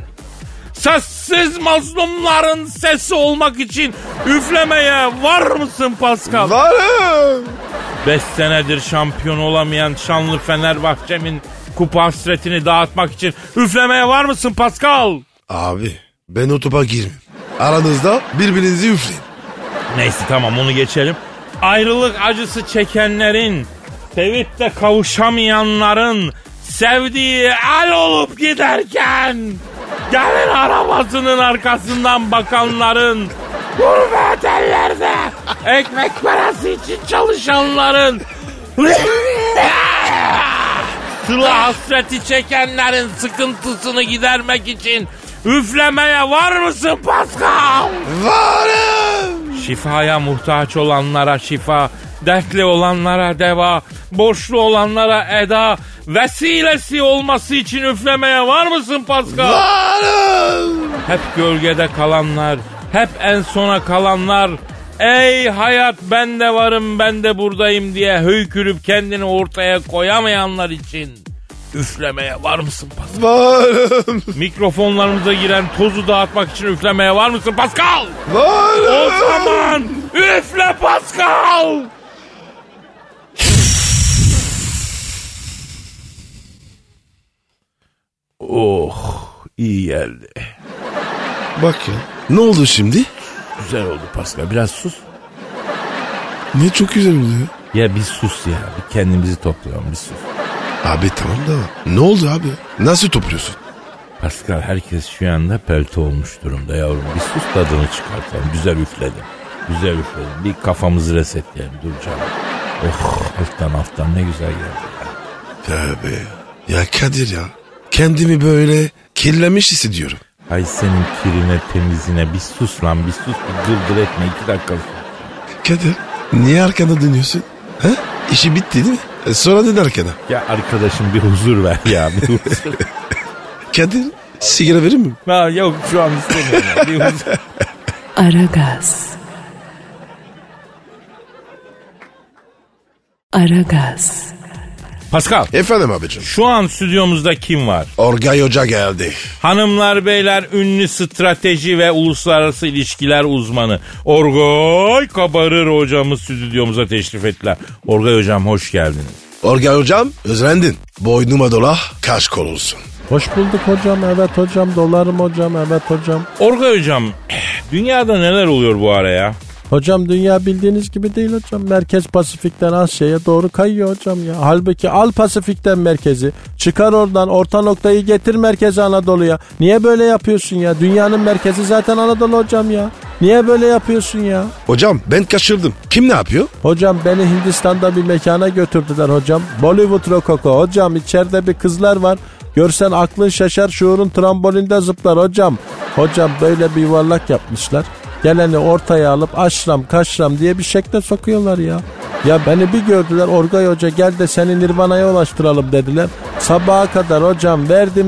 sessiz mazlumların sesi olmak için üflemeye var mısın Pascal? Varım. 5 senedir şampiyon olamayan şanlı Fenerbahçe'min kupa hasretini dağıtmak için üflemeye var mısın Pascal? Abi ben o topa girmem. Aranızda birbirinizi üfleyin. Neyse tamam, onu geçelim. Ayrılık acısı çekenlerin, sevip de kavuşamayanların, sevdiği el olup giderken gelin arabasının arkasından bakanların, gurbet ellerde ekmek parası için çalışanların, sıla hasreti çekenlerin sıkıntısını gidermek için üflemeye var mısın Pascal? Varım. Şifaya muhtaç olanlara şifa, dertli olanlara deva, borçlu olanlara eda, vesilesi olması için üflemeye var mısın Pascal? Varım. Hep gölgede kalanlar, hep en sona kalanlar, ey hayat ben de varım, ben de buradayım diye höykürüp kendini ortaya koyamayanlar için Üflemeye var mısın Pascal? Varım. Mikrofonlarımıza giren tozu dağıtmak için üflemeye var mısın Pascal? Varım. O zaman üfle Pascal. Oh, iyi geldi. Bak ya. Ne oldu şimdi? Güzel oldu Pascal. Biraz sus. Ne çok güzel oluyor. Ya bir sus ya. Bir kendimizi toplayalım, bir sus. Abi tamam da ne oldu abi? Nasıl topluyorsun? Pascal, herkes şu anda pelte olmuş durumda yavrum. Bir sus, tadını çıkartalım. Güzel üfledim. Güzel üfledim. Bir kafamızı resetleyelim. Dur canım. Oh, alttan ne güzel geldi. Tövbe ya. Ya Kadir ya. Kendimi böyle kirlenmiş hissediyorum. Ay senin kirine temizine bir sus lan, bir sus, bir gırgır etme, 2 dakika sus. Kadir niye arkana dönüyorsun? Ha? İşi bitti değil mi? Sonra dön arkana. Ya arkadaşım bir huzur ver ya, bir huzur. Kadir sigara verir mi? Ha, yok şu an istemiyorum ya, bir huzur. Aragaz. Aragaz. Pascal, Efendim abicim. şu an stüdyomuzda kim var? Orgay Hoca geldi. Hanımlar beyler, ünlü strateji ve uluslararası ilişkiler uzmanı Orgay Kabarır hocamız stüdyomuza teşrif ettiler. Orgay hocam hoş geldiniz. Orgay Hocam özlendin. Boynuma dola kaş kol olsun. Hoş bulduk hocam. Evet hocam. Dolarım hocam. Evet hocam. Orgay hocam, dünyada neler oluyor bu ara ya? Hocam dünya bildiğiniz gibi değil hocam. Merkez Pasifik'ten Asya'ya doğru kayıyor hocam ya. Halbuki al Pasifik'ten merkezi. Çıkar oradan, orta noktayı getir merkezi Anadolu'ya. Niye böyle yapıyorsun ya? Dünyanın merkezi zaten Anadolu hocam ya. Niye böyle yapıyorsun ya? Hocam ben kaçırdım. Kim ne yapıyor? Hocam beni Hindistan'da bir mekana götürdüler hocam. Bollywood Rokoko hocam, içeride bir kızlar var. Görsen aklın şaşar, şuurun trambolinde zıplar hocam. Hocam böyle bir yuvarlak yapmışlar. Geleni ortaya alıp aşram kaşram diye bir şekle sokuyorlar ya. Ya beni bir gördüler, Orgay Hoca gel de seni Nirvana'ya ulaştıralım dediler. Sabaha kadar hocam verdim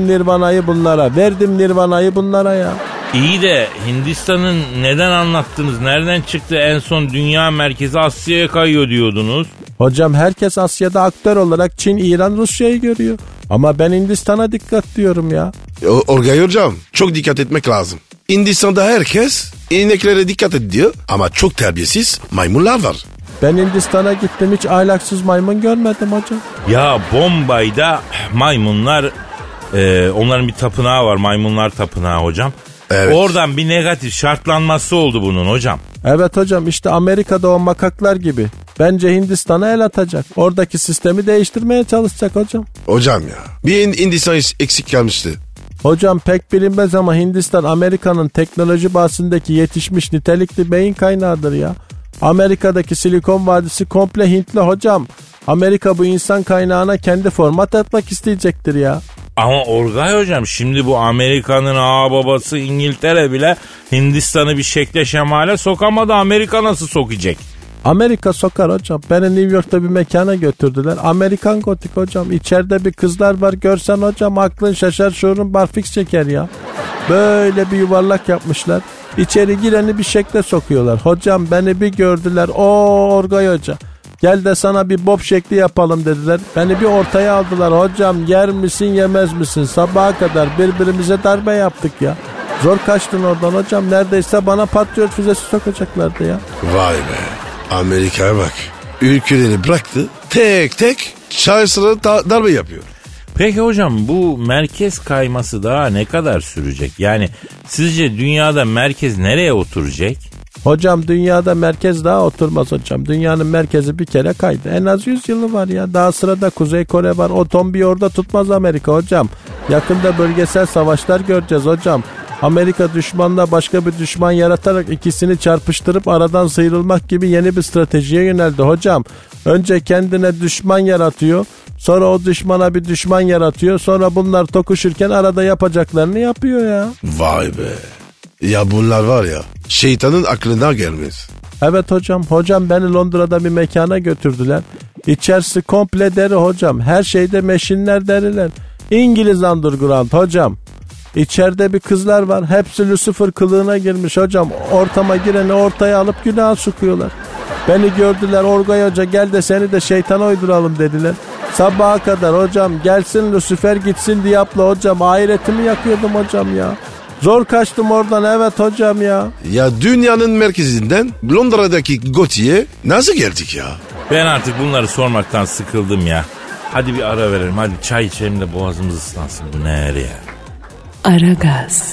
Nirvana'yı bunlara ya. İyi de Hindistan'ın neden anlattınız? Nereden çıktı en son dünya merkezi Asya'ya kayıyor diyordunuz? Hocam herkes Asya'da aktör olarak Çin, İran, Rusya'yı görüyor. Ama ben Hindistan'a dikkat diyorum ya. Orgay Hocam çok dikkat etmek lazım. Hindistan'da herkes ineklere dikkat ediyor ama çok terbiyesiz maymunlar var. Ben Hindistan'a gittim, hiç ahlaksız maymun görmedim hocam. Ya Bombay'da maymunlar, onların bir tapınağı var, maymunlar tapınağı hocam. Evet. Oradan bir negatif şartlanması oldu bunun hocam. Evet hocam, işte Amerika'da o makaklar gibi. Bence Hindistan'a el atacak. Oradaki sistemi değiştirmeye çalışacak hocam. Hocam ya bir Hindistan eksik kalmıştı. Hocam pek bilinmez ama Hindistan Amerika'nın teknoloji bahsindeki yetişmiş nitelikli beyin kaynağıdır ya. Amerika'daki Silikon Vadisi komple Hintli hocam. Amerika bu insan kaynağına kendi format atmak isteyecektir ya. Ama Orgay hocam, şimdi bu Amerika'nın ağababası İngiltere bile Hindistan'ı bir şekle şemale sokamadı. Amerika nasıl sokacak? Amerika sokar hocam. Beni New York'ta bir mekana götürdüler. Amerikan gotik hocam. İçeride bir kızlar var. Görsen hocam aklın şaşar, şuurun barfiks çeker ya. Böyle bir yuvarlak yapmışlar. İçeri gireni bir şekle sokuyorlar. Hocam beni bir gördüler. Orgay Hoca, gel de sana bir bob şekli yapalım dediler. Beni bir ortaya aldılar. Hocam yer misin yemez misin? Sabaha kadar birbirimize darbe yaptık ya. Zor kaçtın oradan hocam. Neredeyse bana patriot füzesi sokacaklardı ya. Vay be. Amerika'ya bak. Ülkeleri bıraktı. Tek tek çaysıra darbe yapıyor. Peki hocam, bu merkez kayması daha ne kadar sürecek? Yani sizce dünyada merkez nereye oturacak? Hocam dünyada merkez daha oturmaz hocam. Dünyanın merkezi bir kere kaydı. En az 100 yılı var ya. Daha sırada Kuzey Kore var. O tombiyi orada tutmaz Amerika hocam. Yakında bölgesel savaşlar göreceğiz hocam. Amerika düşmanla başka bir düşman yaratarak ikisini çarpıştırıp aradan sıyrılmak gibi yeni bir stratejiye yöneldi hocam. Önce kendine düşman yaratıyor. Sonra o düşmana bir düşman yaratıyor. Sonra bunlar tokuşurken arada yapacaklarını yapıyor ya. Vay be. Ya bunlar var ya, şeytanın aklına gelmez. Evet hocam. Hocam beni Londra'da bir mekana götürdüler. İçerisi komple deri hocam. Her şeyde meşinler, deriler. İngiliz underground hocam. İçeride bir kızlar var. Hepsi Lucifer kılığına girmiş hocam. Ortama gireni ortaya alıp günah sokuyorlar. Beni gördüler, Orgay Hoca gel de seni de şeytana uyduralım dediler. Sabaha kadar hocam gelsin Lucifer gitsin Diablo hocam. Ahiretimi yakıyordum hocam ya. Zor kaçtım oradan evet hocam ya. Ya dünyanın merkezinden Londra'daki Goti'ye nasıl geldik ya? Ben artık bunları sormaktan sıkıldım ya. Hadi bir ara verelim. Hadi çay içelim de boğazımız ıslansın. Bu ne her ya? Aragaz.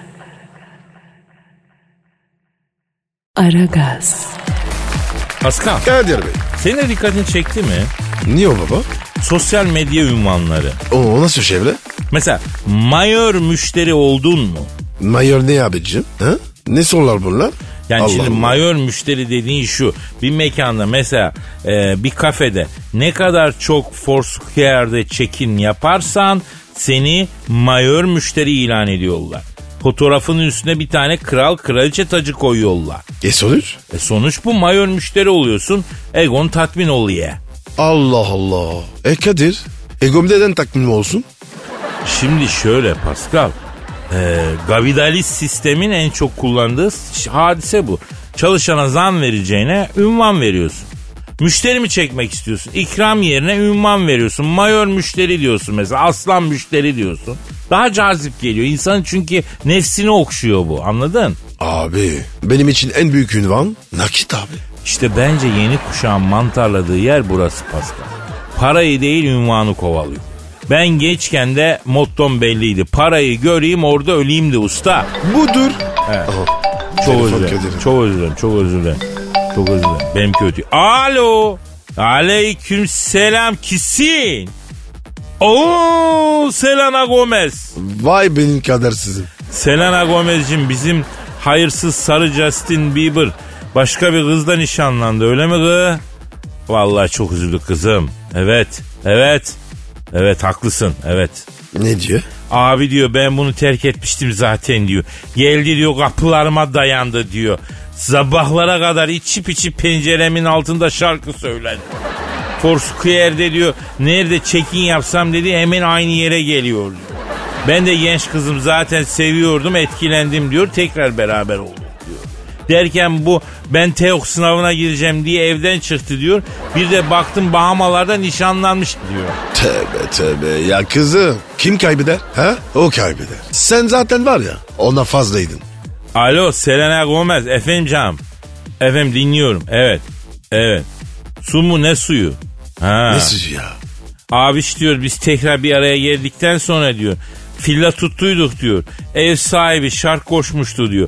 Aragaz. Pascal, Kadir Bey. senin de dikkatini çekti mi? Niye o baba? Sosyal medya ünvanları. O nasıl şey be? Mesela majör müşteri oldun mu? Mayor ne abicim? Ha? Ne sorular bunlar? Yani Allah şimdi Allah. majör müşteri dediğin şu. Bir mekanda mesela bir kafede ne kadar çok Foursquare'de check-in yaparsan seni majör müşteri ilan ediyorlar. Fotoğrafının üstüne bir tane kral kraliçe tacı koyuyorlar. Sonuç? Sonuç bu, majör müşteri oluyorsun. Egon tatmin oluyor. Allah Allah. Kadir, egom neden takmin olsun? Şimdi şöyle Pascal. Kapitalist sistemin en çok kullandığı hadise bu. Çalışana zam vereceğine ünvan veriyorsun. Müşteri mi çekmek istiyorsun? İkram yerine ünvan veriyorsun. Majör müşteri diyorsun mesela. Aslan müşteri diyorsun. Daha cazip geliyor. İnsanın çünkü nefsini okşuyor bu. Anladın? Abi benim için en büyük ünvan nakit abi. İşte bence yeni kuşağın mantarladığı yer burası Pascal. Parayı değil ünvanı kovalıyor. Ben gençken de mottom belliydi. Parayı göreyim orada öleyim de usta. Budur. Evet. Aha. Çok Telefon özür dilerim. Kadir'im. Çok özür dilerim. Çok özür dilerim. Çok özür dilerim. Benim kötü. Alo. Aleyküm selam kisin. Oo, Selena Gomez. Vay benim kadersizim. Selena Gomez'cim bizim hayırsız sarı Justin Bieber başka bir kızla nişanlandı öyle mi kız? Vallahi çok üzüldük kızım. Evet. Evet haklısın. Evet. Ne diyor? Abi diyor ben bunu terk etmiştim zaten diyor. Geldi diyor kapılarıma dayandı diyor. Sabahlara kadar içip penceremin altında şarkı söyledi. Foursquare'de diyor nerede check-in yapsam dedi hemen aynı yere geliyor diyor. Ben de genç kızım zaten seviyordum etkilendim diyor tekrar beraber olduk diyor. Derken bu ben TEOK sınavına gireceğim diye evden çıktı diyor. Bir de baktım Bahamalarda nişanlanmış diyor. Tövbe ya kızım. Kim kaybeder? Ha? O kaybeder. Sen zaten var ya ona fazlaydın. Alo Selena Gomez efendim canım. Efendim dinliyorum evet. Su mu ne suyu? Ha. Ne suyu ya? Abi diyor biz tekrar bir araya geldikten sonra diyor. Villa tuttuyduk diyor. Ev sahibi şark koşmuştu diyor.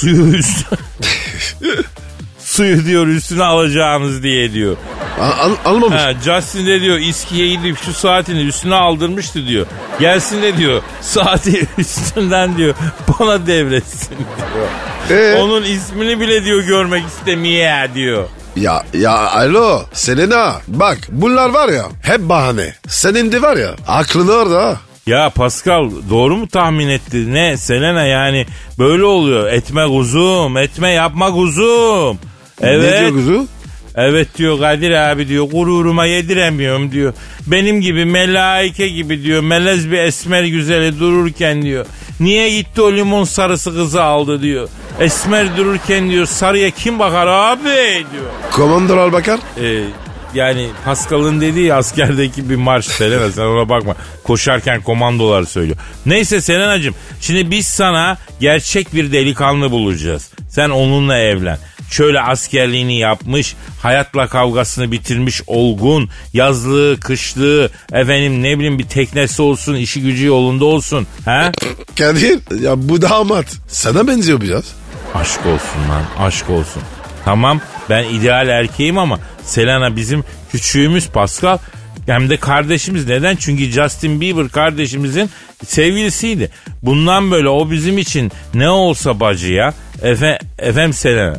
Suyu diyor üstüne alacağınız diye diyor. Almamış. Justin de diyor İSKİ'ye gidip şu saatini üstüne aldırmıştı diyor. Gelsin de diyor saati üstünden diyor bana devretsin diyor. Onun ismini bile diyor görmek istemiyor diyor. Ya alo Selena bak bunlar var ya hep bahane. Senin de var ya aklın orada. Ya Pascal doğru mu tahmin etti? Ne Selena yani böyle oluyor. Etme kuzum, etme yapma kuzum. Evet. Ne diyor kuzu? Evet diyor Kadir abi diyor gururuma yediremiyorum diyor. Benim gibi melaike gibi diyor melez bir esmer güzeli dururken diyor. Niye gitti o limon sarısı kızı aldı diyor. Esmer dururken diyor sarıya kim bakar abi diyor. Komandor bakar. Yani Pascal'ın dediği askerdeki bir marş Selena sen ona bakma. Koşarken komandolar söylüyor. Neyse Selena'cığım şimdi biz sana gerçek bir delikanlı bulacağız. Sen onunla evlen. Şöyle askerliğini yapmış, hayatla kavgasını bitirmiş, olgun, yazlığı, kışlığı, efendim ne bileyim bir teknesi olsun, işi gücü yolunda olsun. He? Kadir ya bu damat sana benziyor biraz. Aşk olsun lan, aşk olsun. Tamam ben ideal erkeğim ama Selena bizim küçüğümüz Pascal. Hem de kardeşimiz. Neden? Çünkü Justin Bieber kardeşimizin sevgilisiydi. Bundan böyle o bizim için ne olsa bacı ya. Efendim Selena.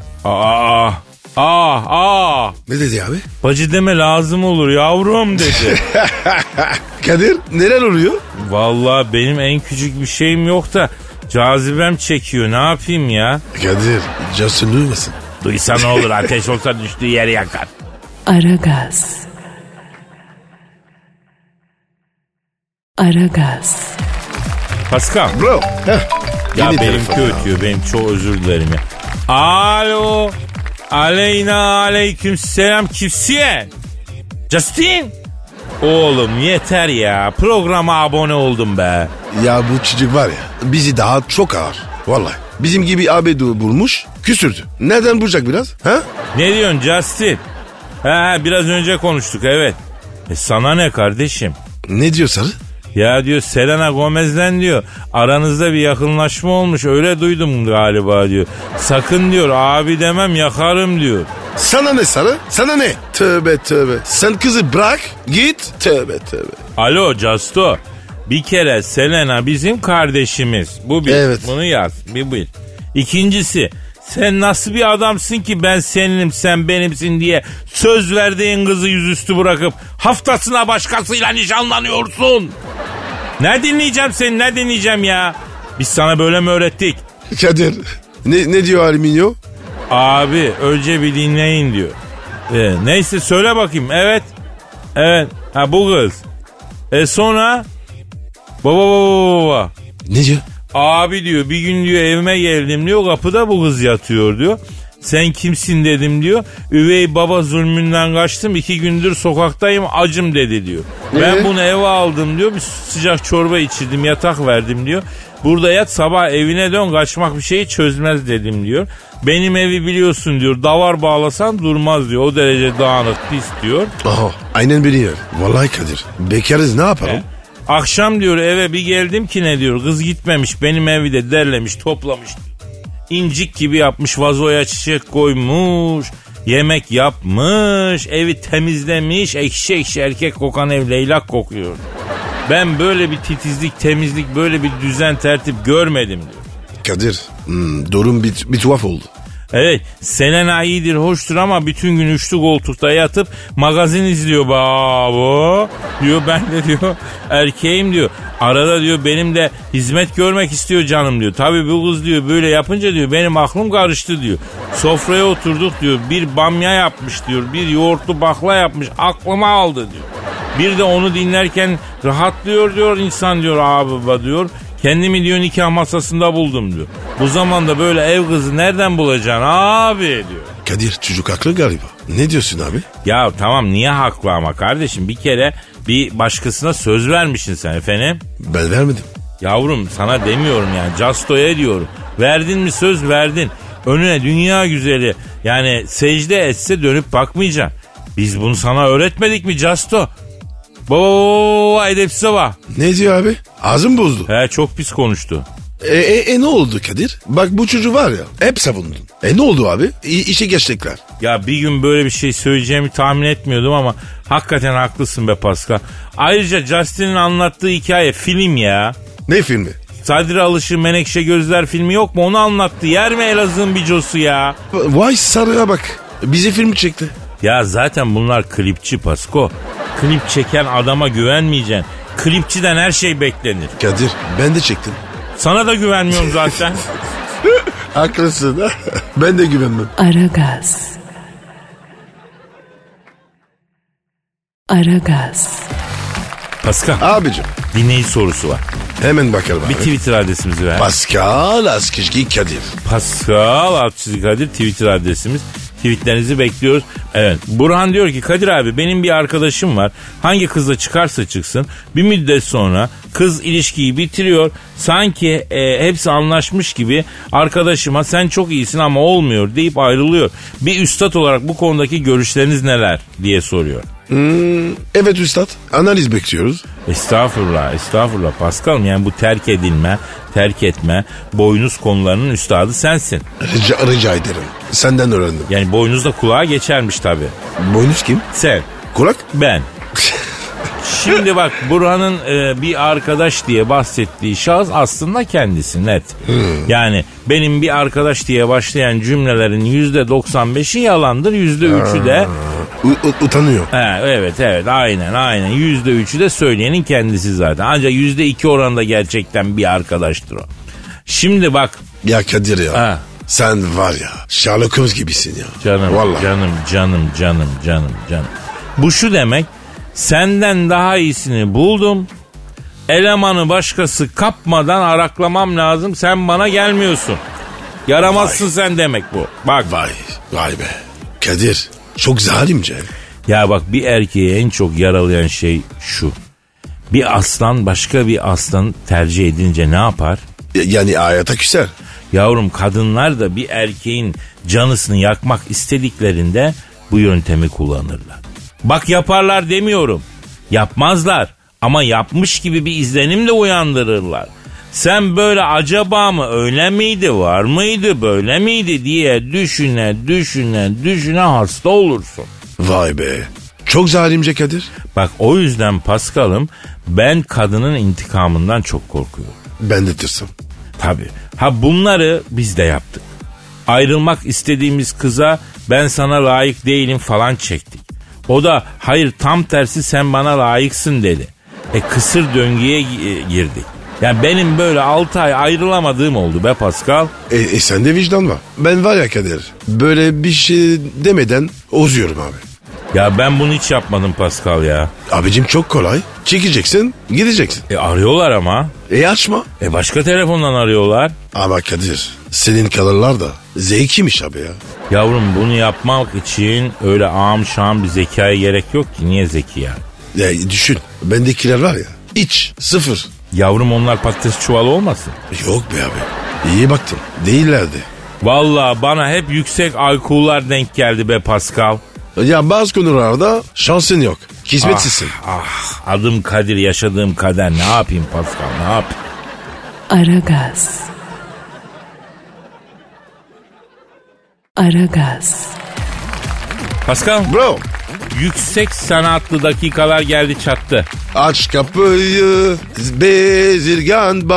Ne dedi abi? Bacı deme lazım olur yavrum dedi. Kadir neler oluyor? Vallahi benim en küçük bir şeyim yok da cazibem çekiyor. Ne yapayım ya? Kadir Justin duymasın. Duysa ne olur ateş olsa düştüğü yeri yakar. Aragaz. Aragaz. Pascal. Bro. Ya benimki ötüyor. Benim çok özür dilerim ya. Alo. Aleyna aleyküm selam kimsin? Justin. Oğlum yeter ya. Programa abone oldum be. Ya bu çocuk var ya bizi daha çok ağır. Vallahi. Bizim gibi abi bulmuş küsürdü. Neden bulacak biraz? Ha? Ne diyorsun Justin? Ha biraz önce konuştuk evet. Sana ne kardeşim? Ne diyor sarı? Ya diyor Selena Gomez'den diyor aranızda bir yakınlaşma olmuş öyle duydum galiba diyor. Sakın diyor abi demem yakarım diyor. Sana ne sarı? Sana ne? Tövbe tövbe. Sen kızı bırak git. Tövbe tövbe. Alo Justo. Bir kere Selena bizim kardeşimiz. Bu bir. Evet. Bunu yaz. Bir bil. İkincisi sen nasıl bir adamsın ki ben seninim sen benimsin diye söz verdiğin kızı yüzüstü bırakıp haftasına başkasıyla nişanlanıyorsun. Ne dinleyeceğim seni ne dinleyeceğim ya? Biz sana böyle mi öğrettik? Kadir ne diyor Alüminyo? Abi önce bir dinleyin diyor. Neyse söyle bakayım evet. Evet ha bu kız. Sonra baba. Ne diyor? Abi diyor bir gün diyor evime geldim diyor kapıda bu kız yatıyor diyor. Sen kimsin dedim diyor. Üvey baba zulmünden kaçtım 2 gündür sokaktayım acım dedi diyor. Ben bunu eve aldım diyor bir sıcak çorba içirdim yatak verdim diyor. Burada yat sabah evine dön kaçmak bir şeyi çözmez dedim diyor. Benim evi biliyorsun diyor davar bağlasan durmaz diyor o derece dağınık pis diyor. Aha aynen biliyor. Vallahi Kadir bekarız ne yapalım? Akşam diyor eve bir geldim ki ne diyor kız gitmemiş benim evi de derlemiş toplamış. İncik gibi yapmış vazoya çiçek koymuş yemek yapmış evi temizlemiş ekşi ekşi erkek kokan ev leylak kokuyor. Ben böyle bir titizlik temizlik böyle bir düzen tertip görmedim diyor. Kadir durum bir tuhaf oldu. Evet Selena iyidir hoştur ama bütün gün üçlü koltukta yatıp magazin izliyor baba diyor ben de diyor erkeğim diyor arada diyor benim de hizmet görmek istiyor canım diyor. Tabii bu kız diyor böyle yapınca diyor benim aklım karıştı diyor. Sofraya oturduk diyor bir bamya yapmış diyor bir yoğurtlu bakla yapmış aklıma aldı diyor. Bir de onu dinlerken rahatlıyor diyor insan diyor abi diyor. Kendimi diyor nikah masasında buldum diyor. Bu zamanda böyle ev kızı nereden bulacaksın abi diyor. Kadir çocuk haklı galiba. Ne diyorsun abi? Ya tamam niye haklı ama kardeşim bir kere bir başkasına söz vermişsin sen efendim. Ben vermedim. Yavrum sana demiyorum yani Justo'ya diyorum. Verdin mi söz verdin. Önüne dünya güzeli yani secde etse dönüp bakmayacaksın. Biz bunu sana öğretmedik mi Justo? Baba edepsize bak. Ne diyor abi? Ağzım bozdu. He çok pis konuştu. Ne oldu Kadir? Bak bu çocuğu var ya hep savundun. Ne oldu abi? İşe geçecekler. Ya bir gün böyle bir şey söyleyeceğimi tahmin etmiyordum ama hakikaten haklısın be Pascal. Ayrıca Justin'in anlattığı hikaye film ya. Ne filmi? Sadri Alış'ın Menekşe Gözler filmi yok mu onu anlattı. Yer mi Elazığ'ın bicosu ya? Vay sarıya bak. Bize film çekti. Ya zaten bunlar klipçi Pasko. Klip çeken adama güvenmeyeceksin. Klipçiden her şey beklenir. Kadir ben de çektim. Sana da güvenmiyorum zaten. Haklısın. Ben de güvenmem. Aragaz. Aragaz. Pascal. Abicim. Dinleyici sorusu var. Hemen bakalım abi. Bir Twitter adresimizi ver. Pascal Askizgi Kadir. Pascal Askizgi Kadir Twitter adresimiz. Tweetlerinizi bekliyoruz. Evet. Burhan diyor ki Kadir abi benim bir arkadaşım var. Hangi kızla çıkarsa çıksın bir müddet sonra kız ilişkiyi bitiriyor. Sanki hepsi anlaşmış gibi arkadaşıma sen çok iyisin ama olmuyor deyip ayrılıyor. Bir üstad olarak bu konudaki görüşleriniz neler diye soruyor. Evet üstad analiz bekliyoruz. Estağfurullah Pascal yani bu terk edilme, terk etme, boynuz konularının üstadı sensin. Rica ederim. Senden öğrendim. Yani boynuz da kulağa geçermiş tabii. Boynuz kim? Sen. Kulak? Ben. Şimdi bak Burhan'ın bir arkadaş diye bahsettiği şahıs aslında kendisi net. Yani benim bir arkadaş diye başlayan cümlelerin %95'i yalandır, %3'ü de... Utanıyor. Evet aynen %3'ü de söyleyenin kendisi zaten. Ancak %2 oranda gerçekten bir arkadaştır o. Şimdi bak. Ya Kadir ya. Sen var ya Sherlock Holmes gibisin ya. Canım. Vallahi. Canım. Bu şu demek. Senden daha iyisini buldum. Elemanı başkası kapmadan araklamam lazım. Sen bana gelmiyorsun. Yaramazsın sen demek bu. Bak. Vay be. Kadir çok zalimce. Ya bak, bir erkeği en çok yaralayan şey şu. Bir aslan başka bir aslanı tercih edince ne yapar? Yani hayata küser. Yavrum, kadınlar da bir erkeğin canısını yakmak istediklerinde bu yöntemi kullanırlar. Bak, yaparlar demiyorum. Yapmazlar ama yapmış gibi bir izlenim de uyandırırlar. Sen böyle acaba mı, öyle miydi, var mıydı, böyle miydi diye düşüne hasta olursun. Vay be. Çok zalimce Kadir. Bak, o yüzden Paskal'ım, ben kadının intikamından çok korkuyorum. Ben de tırsım. Tabii. Ha, bunları biz de yaptık. Ayrılmak istediğimiz kıza ben sana layık değilim falan çektik. O da hayır, tam tersi sen bana layıksın dedi. Kısır döngüye girdik. Yani benim böyle 6 ay ayrılamadığım oldu be Pascal. Sende vicdan var. Ben var ya Kadir, böyle bir şey demeden ozuyorum abi. Ya ben bunu hiç yapmadım Pascal ya. Abicim çok kolay. Çekeceksin, gideceksin. Arıyorlar ama. Açma. Başka telefondan arıyorlar. Ama Kadir, senin kalırlar da zevkiymiş abi ya. Yavrum, bunu yapmak için öyle ağam şam bir zekaya gerek yok ki. Niye zeki ya? Ya düşün, bendekiler var ya, hiç sıfır. Yavrum, onlar patates çuvalı olmasın? Yok be abi, iyi baktım, değillerdi. Vallahi bana hep yüksek IQ'lar denk geldi be Pascal. Ya bazı konularda şansın yok, kismetsizsin. Adım Kadir, yaşadığım kader, ne yapayım Pascal, ne yapayım? Aragaz. Aragaz. Pascal, Bro, yüksek sanatlı dakikalar geldi çattı. aç kapıyı bezirgan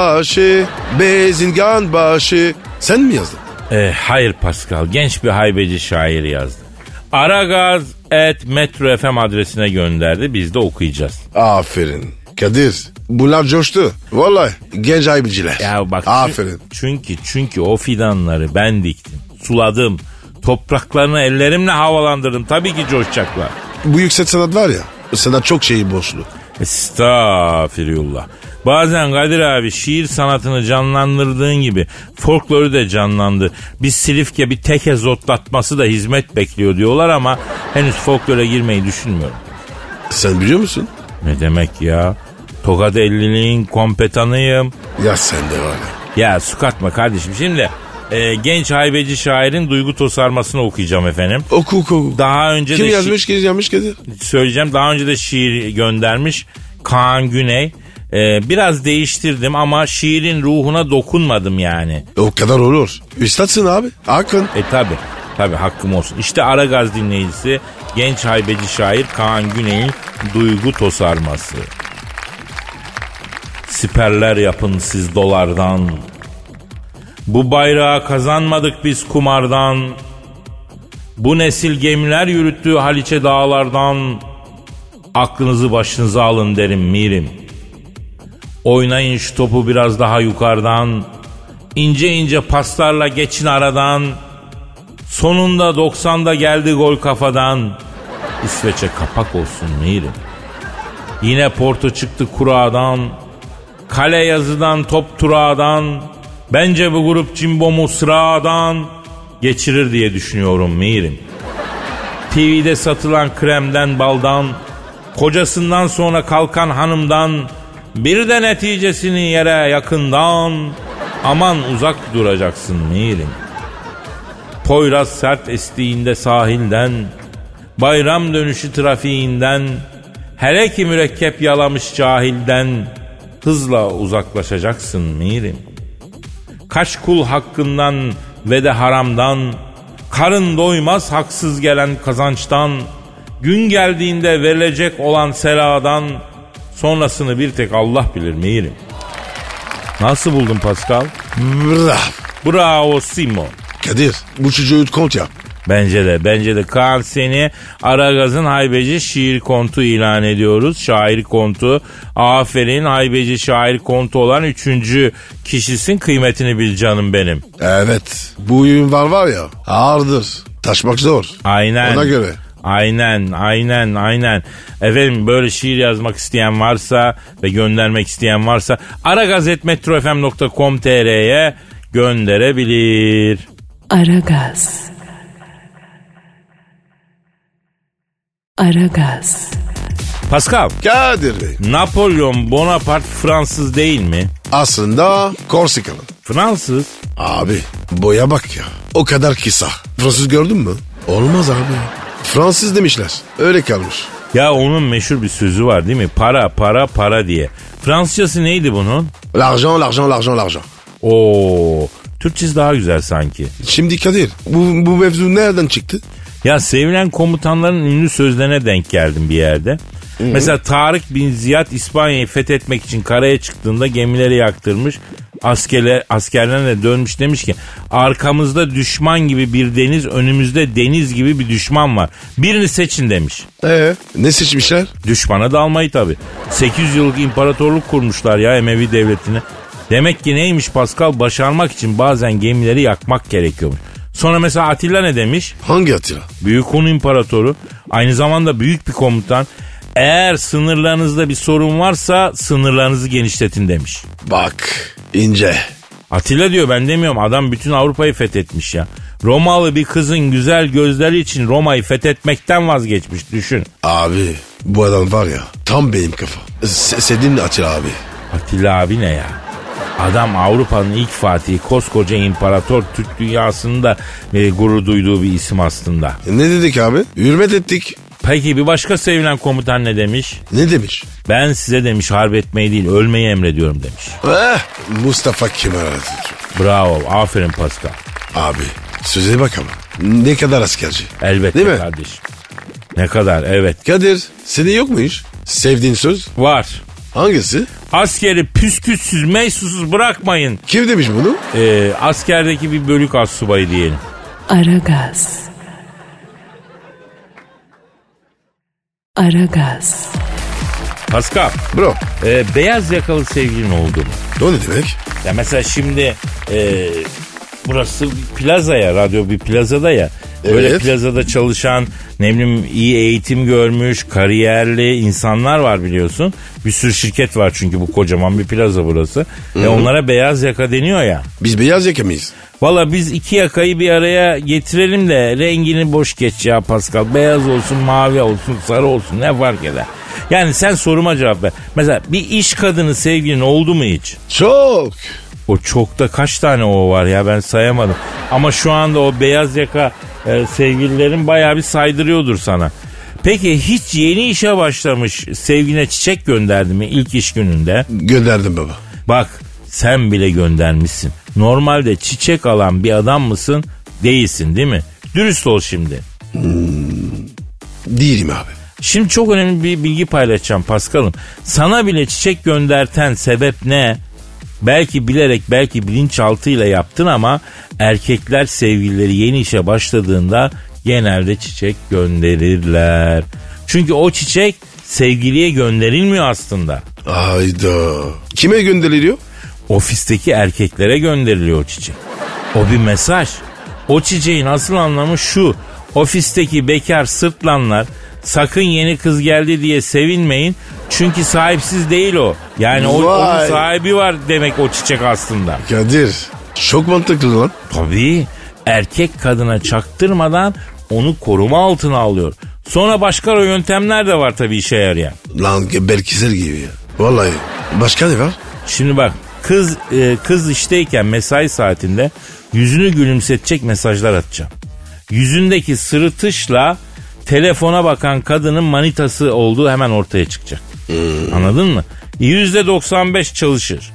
başı. Sen mi yazdın? Hayır Pascal, genç bir haybeci şair yazdı. Aragaz@metrofm adresine gönderdi, biz de okuyacağız. Aferin. Kadir, bunlar coştu. Vallahi genç haybeciler. Ya bak, aferin. Çünkü o fidanları ben diktim, suladım, topraklarını ellerimle havalandırdım, tabii ki coşacaklar. Bu yüksek sanat var ya, sana çok şeyi borçlu. Estağfirullah. Bazen Kadir abi, şiir sanatını canlandırdığın gibi folkloru da canlandı. Bir Silifke bir teke zotlatması da hizmet bekliyor diyorlar ama henüz folklora girmeyi düşünmüyorum. Sen biliyor musun? Ne demek ya? Tokat 50'liğin kompetanıyım. Ya sen de var ya. Ya su katma kardeşim. Şimdi genç haybeci şairin duygu tosarmasını okuyacağım efendim. Oku. Daha önce Kim de yazmış Kadir? söyleyeceğim. Daha önce de şiir göndermiş Kaan Güney. Biraz değiştirdim ama şiirin ruhuna dokunmadım yani. O kadar olur. Üstadsın abi. Hakkın. Tabi hakkım olsun. İşte Aragaz dinleyicisi genç haybeci şair Kaan Güney'in duygu tosarması. Siperler yapın siz dolardan. Bu bayrağı kazanmadık biz kumardan. Bu nesil gemiler yürüttüğü Haliç'e dağlardan. Aklınızı başınıza alın derim mirim. Oynayın şu topu biraz daha yukarıdan. İnce ince paslarla geçin aradan. Sonunda 90'da geldi gol kafadan. İsveç'e kapak olsun mirim. Yine Porto çıktı kuradan. Kale yazıdan top turadan. Bence bu grup Cimbo Musra'dan geçirir diye düşünüyorum mirim. TV'de satılan kremden baldan, kocasından sonra kalkan hanımdan, bir de neticesini yere yakından, aman uzak duracaksın mirim. Poyraz sert estiğinde sahilden, bayram dönüşü trafiğinden, hele ki mürekkep yalamış cahilden, hızla uzaklaşacaksın mirim. Kaç kul hakkından ve de haramdan, karın doymaz haksız gelen kazançtan, gün geldiğinde verilecek olan seladan, sonrasını bir tek Allah bilir mirim. Nasıl buldun Pascal? Bravo Simo. Kadir, bu çocuğu kont yap. Bence de Kaan, seni Aragaz'ın haybeci şiir kontu ilan ediyoruz. Şair kontu. Aferin, haybeci şair kontu olan 3. kişisin, kıymetini bil canım benim. Evet, bu oyun var ya, ağırdır. Taşmak zor. Aynen. Ona göre. Aynen. Efendim, böyle şiir yazmak isteyen varsa ve göndermek isteyen varsa aragaz@metrofm.com.tr'ye gönderebilir. Aragaz. Aragaz. Pascal, Kadir Bey. Napolyon Bonaparte Fransız değil mi? Aslında Korsikalı. Fransız. Abi boya bak ya. O kadar kısa. Fransız gördün mü? Olmaz abi. Fransız demişler. Öyle kalmış. Ya onun meşhur bir sözü var değil mi? Para, para, para diye. Fransızcası neydi bunun? L'argent, l'argent, l'argent, l'argent. Oo, Türkçesi daha güzel sanki. Şimdi Kadir bu mevzu nereden çıktı? Ya sevilen komutanların ünlü sözlerine denk geldim bir yerde. Mesela Tarık bin Ziyad İspanya'yı fethetmek için karaya çıktığında gemileri yaktırmış. Askerlerine dönmüş, demiş ki arkamızda düşman gibi bir deniz, önümüzde deniz gibi bir düşman var. Birini seçin demiş. Ne seçmişler? Düşmana dalmayı tabii. 800 yıllık imparatorluk kurmuşlar ya Emevi devletini. Demek ki neymiş Pascal? Başarmak için bazen gemileri yakmak gerekiyormuş. Sonra mesela Atilla ne demiş? Hangi Atilla? Büyük Hun İmparatoru. Aynı zamanda büyük bir komutan. Eğer sınırlarınızda bir sorun varsa sınırlarınızı genişletin demiş. Bak ince. Atilla diyor, ben demiyorum. Adam bütün Avrupa'yı fethetmiş ya. Romalı bir kızın güzel gözleri için Roma'yı fethetmekten vazgeçmiş, düşün. Abi bu adam var ya tam benim kafa. Sedin Atilla abi. Atilla abi ne ya? Adam Avrupa'nın ilk fatihi, koskoca imparator, Türk dünyasında gurur duyduğu bir isim aslında. Ne dedik abi? Hürmet ettik. Peki bir başka sevilen komutan ne demiş? Ne demiş? Ben size demiş harp etmeyi değil ölmeyi emrediyorum demiş. Mustafa Kemal Atatürk. Bravo, aferin Pascal. Abi söze bak ama ne kadar askerci. Elbette değil mi? Kardeşim. Ne kadar, evet. Kadir senin yok mu hiç? Sevdiğin söz? Var. Hangisi? Askeri püskütsüz, meysusuz bırakmayın. Kim demiş bunu? Askerdeki bir bölük astsubayı diyelim. Aragaz. Aragaz. Pascal, Bro. beyaz yakalı sevgilin oldu mu? O ne demek? Ya mesela şimdi burası bir plaza ya, radyo bir plazada ya. Böyle Evet. plazada çalışan, ne bileyim iyi eğitim görmüş, kariyerli insanlar var biliyorsun. Bir sürü şirket var çünkü bu kocaman bir plaza burası. Ve onlara beyaz yaka deniyor ya. Biz beyaz yaka mıyız? Valla biz iki yakayı bir araya getirelim de rengini boş geç ya Pascal. Beyaz olsun, mavi olsun, sarı olsun, ne fark eder? Yani sen soruma cevap ver. Mesela bir iş kadını sevgilin oldu mu hiç? Çok. O çokta kaç tane o var ya, ben sayamadım. Ama şu anda o beyaz yaka sevgililerin bayağı bir saydırıyordur sana. Peki hiç yeni işe başlamış sevgiline çiçek gönderdi mi ilk iş gününde? Gönderdim baba. Bak sen bile göndermişsin. Normalde çiçek alan bir adam mısın? Değilsin değil mi? Dürüst ol şimdi. Değilim abi. Şimdi çok önemli bir bilgi paylaşacağım Pascal'ım. Sana bile çiçek gönderten sebep ne? Belki bilerek, belki bilinçaltıyla yaptın ama erkekler sevgilileri yeni işe başladığında genelde çiçek gönderirler. Çünkü o çiçek sevgiliye gönderilmiyor aslında. Hayda. Kime gönderiliyor? Ofisteki erkeklere gönderiliyor o çiçek. O bir mesaj. O çiçeğin asıl anlamı şu: ofisteki bekar sırtlanlar sakın yeni kız geldi diye sevinmeyin. Çünkü sahipsiz değil o. Yani onun sahibi var demek o çiçek aslında. Kadir çok mantıklı lan. Tabii erkek kadına çaktırmadan onu koruma altına alıyor. Sonra başka o yöntemler de var tabii işe yarayan. Lan Belkisar gibi ya. Vallahi. Başka ne var? Şimdi bak kız işteyken mesai saatinde yüzünü gülümsetecek mesajlar atacağım. Yüzündeki sırıtışla telefona bakan kadının manitası olduğu hemen ortaya çıkacak. Anladın mı? %95 çalışır.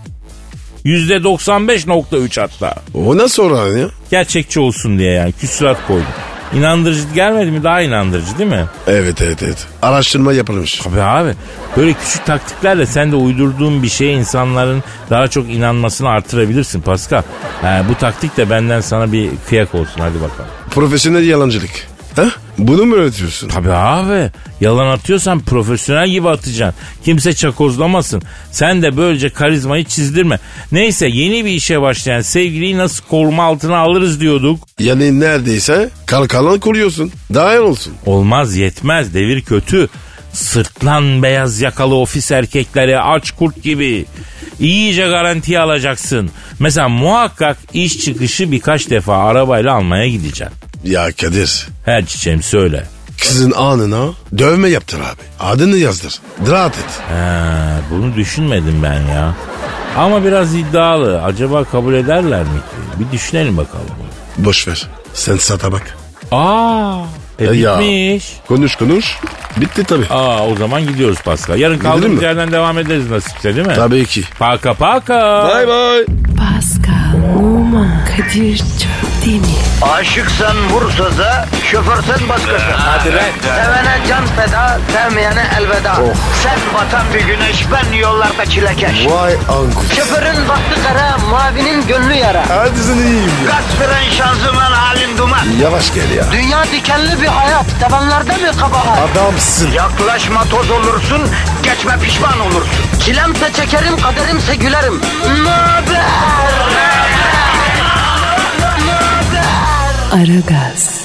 %95.3 hatta. O nasıl oran ya? Gerçekçi olsun diye yani küsurat koydum. İnandırıcı gelmedi mi? Daha inandırıcı değil mi? Evet. Araştırma yapılmış. Tabii abi. Böyle küçük taktiklerle sen de uydurduğun bir şeye insanların daha çok inanmasını artırabilirsin Pascal. Bu taktik de benden sana bir kıyak olsun, hadi bakalım. Profesyonel yalancılık. Ha? Bunu mu öğretiyorsun? Tabii abi. Yalan atıyorsan profesyonel gibi atacaksın. Kimse çakozlamasın. Sen de böylece karizmayı çizdirme. Neyse, yeni bir işe başlayan sevgiliyi nasıl koruma altına alırız diyorduk. Yani neredeyse kalkanla koruyorsun. Daha iyi olsun. Olmaz, yetmez, devir kötü. Sırtlan beyaz yakalı ofis erkekleri aç kurt gibi. İyice garantiye alacaksın. Mesela muhakkak iş çıkışı birkaç defa arabayla almaya gideceksin. Ya Kadir. Her çiçeğim söyle. Kızın anına dövme yaptır abi. Adını yazdır. Rahat et. Bunu düşünmedim ben ya. Ama biraz iddialı. Acaba kabul ederler mi ki? Bir düşünelim bakalım. Boş ver. Sen sata bak. Ya. Bitmiş. Konuş. Bitti tabii. O zaman gidiyoruz Pascal. Yarın kaldığımız yerden devam ederiz nasipse değil mi? Tabii ki. Paka. Bye bye. Pascal, Oman, Kadir çok değil mi? Aşıksan vursa da, şoförsen başkasın. Hadi lan. Sevene can feda, sevmeyene elveda. Sen batan bir güneş, ben yollarda çilekeş. Vay anku. Şoförün baktı kara, mavinin gönlü yara. Hadi sen iyiyim ya. Kasperen şanzıman halin duman. Yavaş gel ya. Dünya dikenli bir hayat, sevenlerde mi kabahar? Adamsın. Yaklaşma toz olursun, geçme pişman olursun. Çilemse çekerim, kaderimse gülerim. Möber! Aragaz.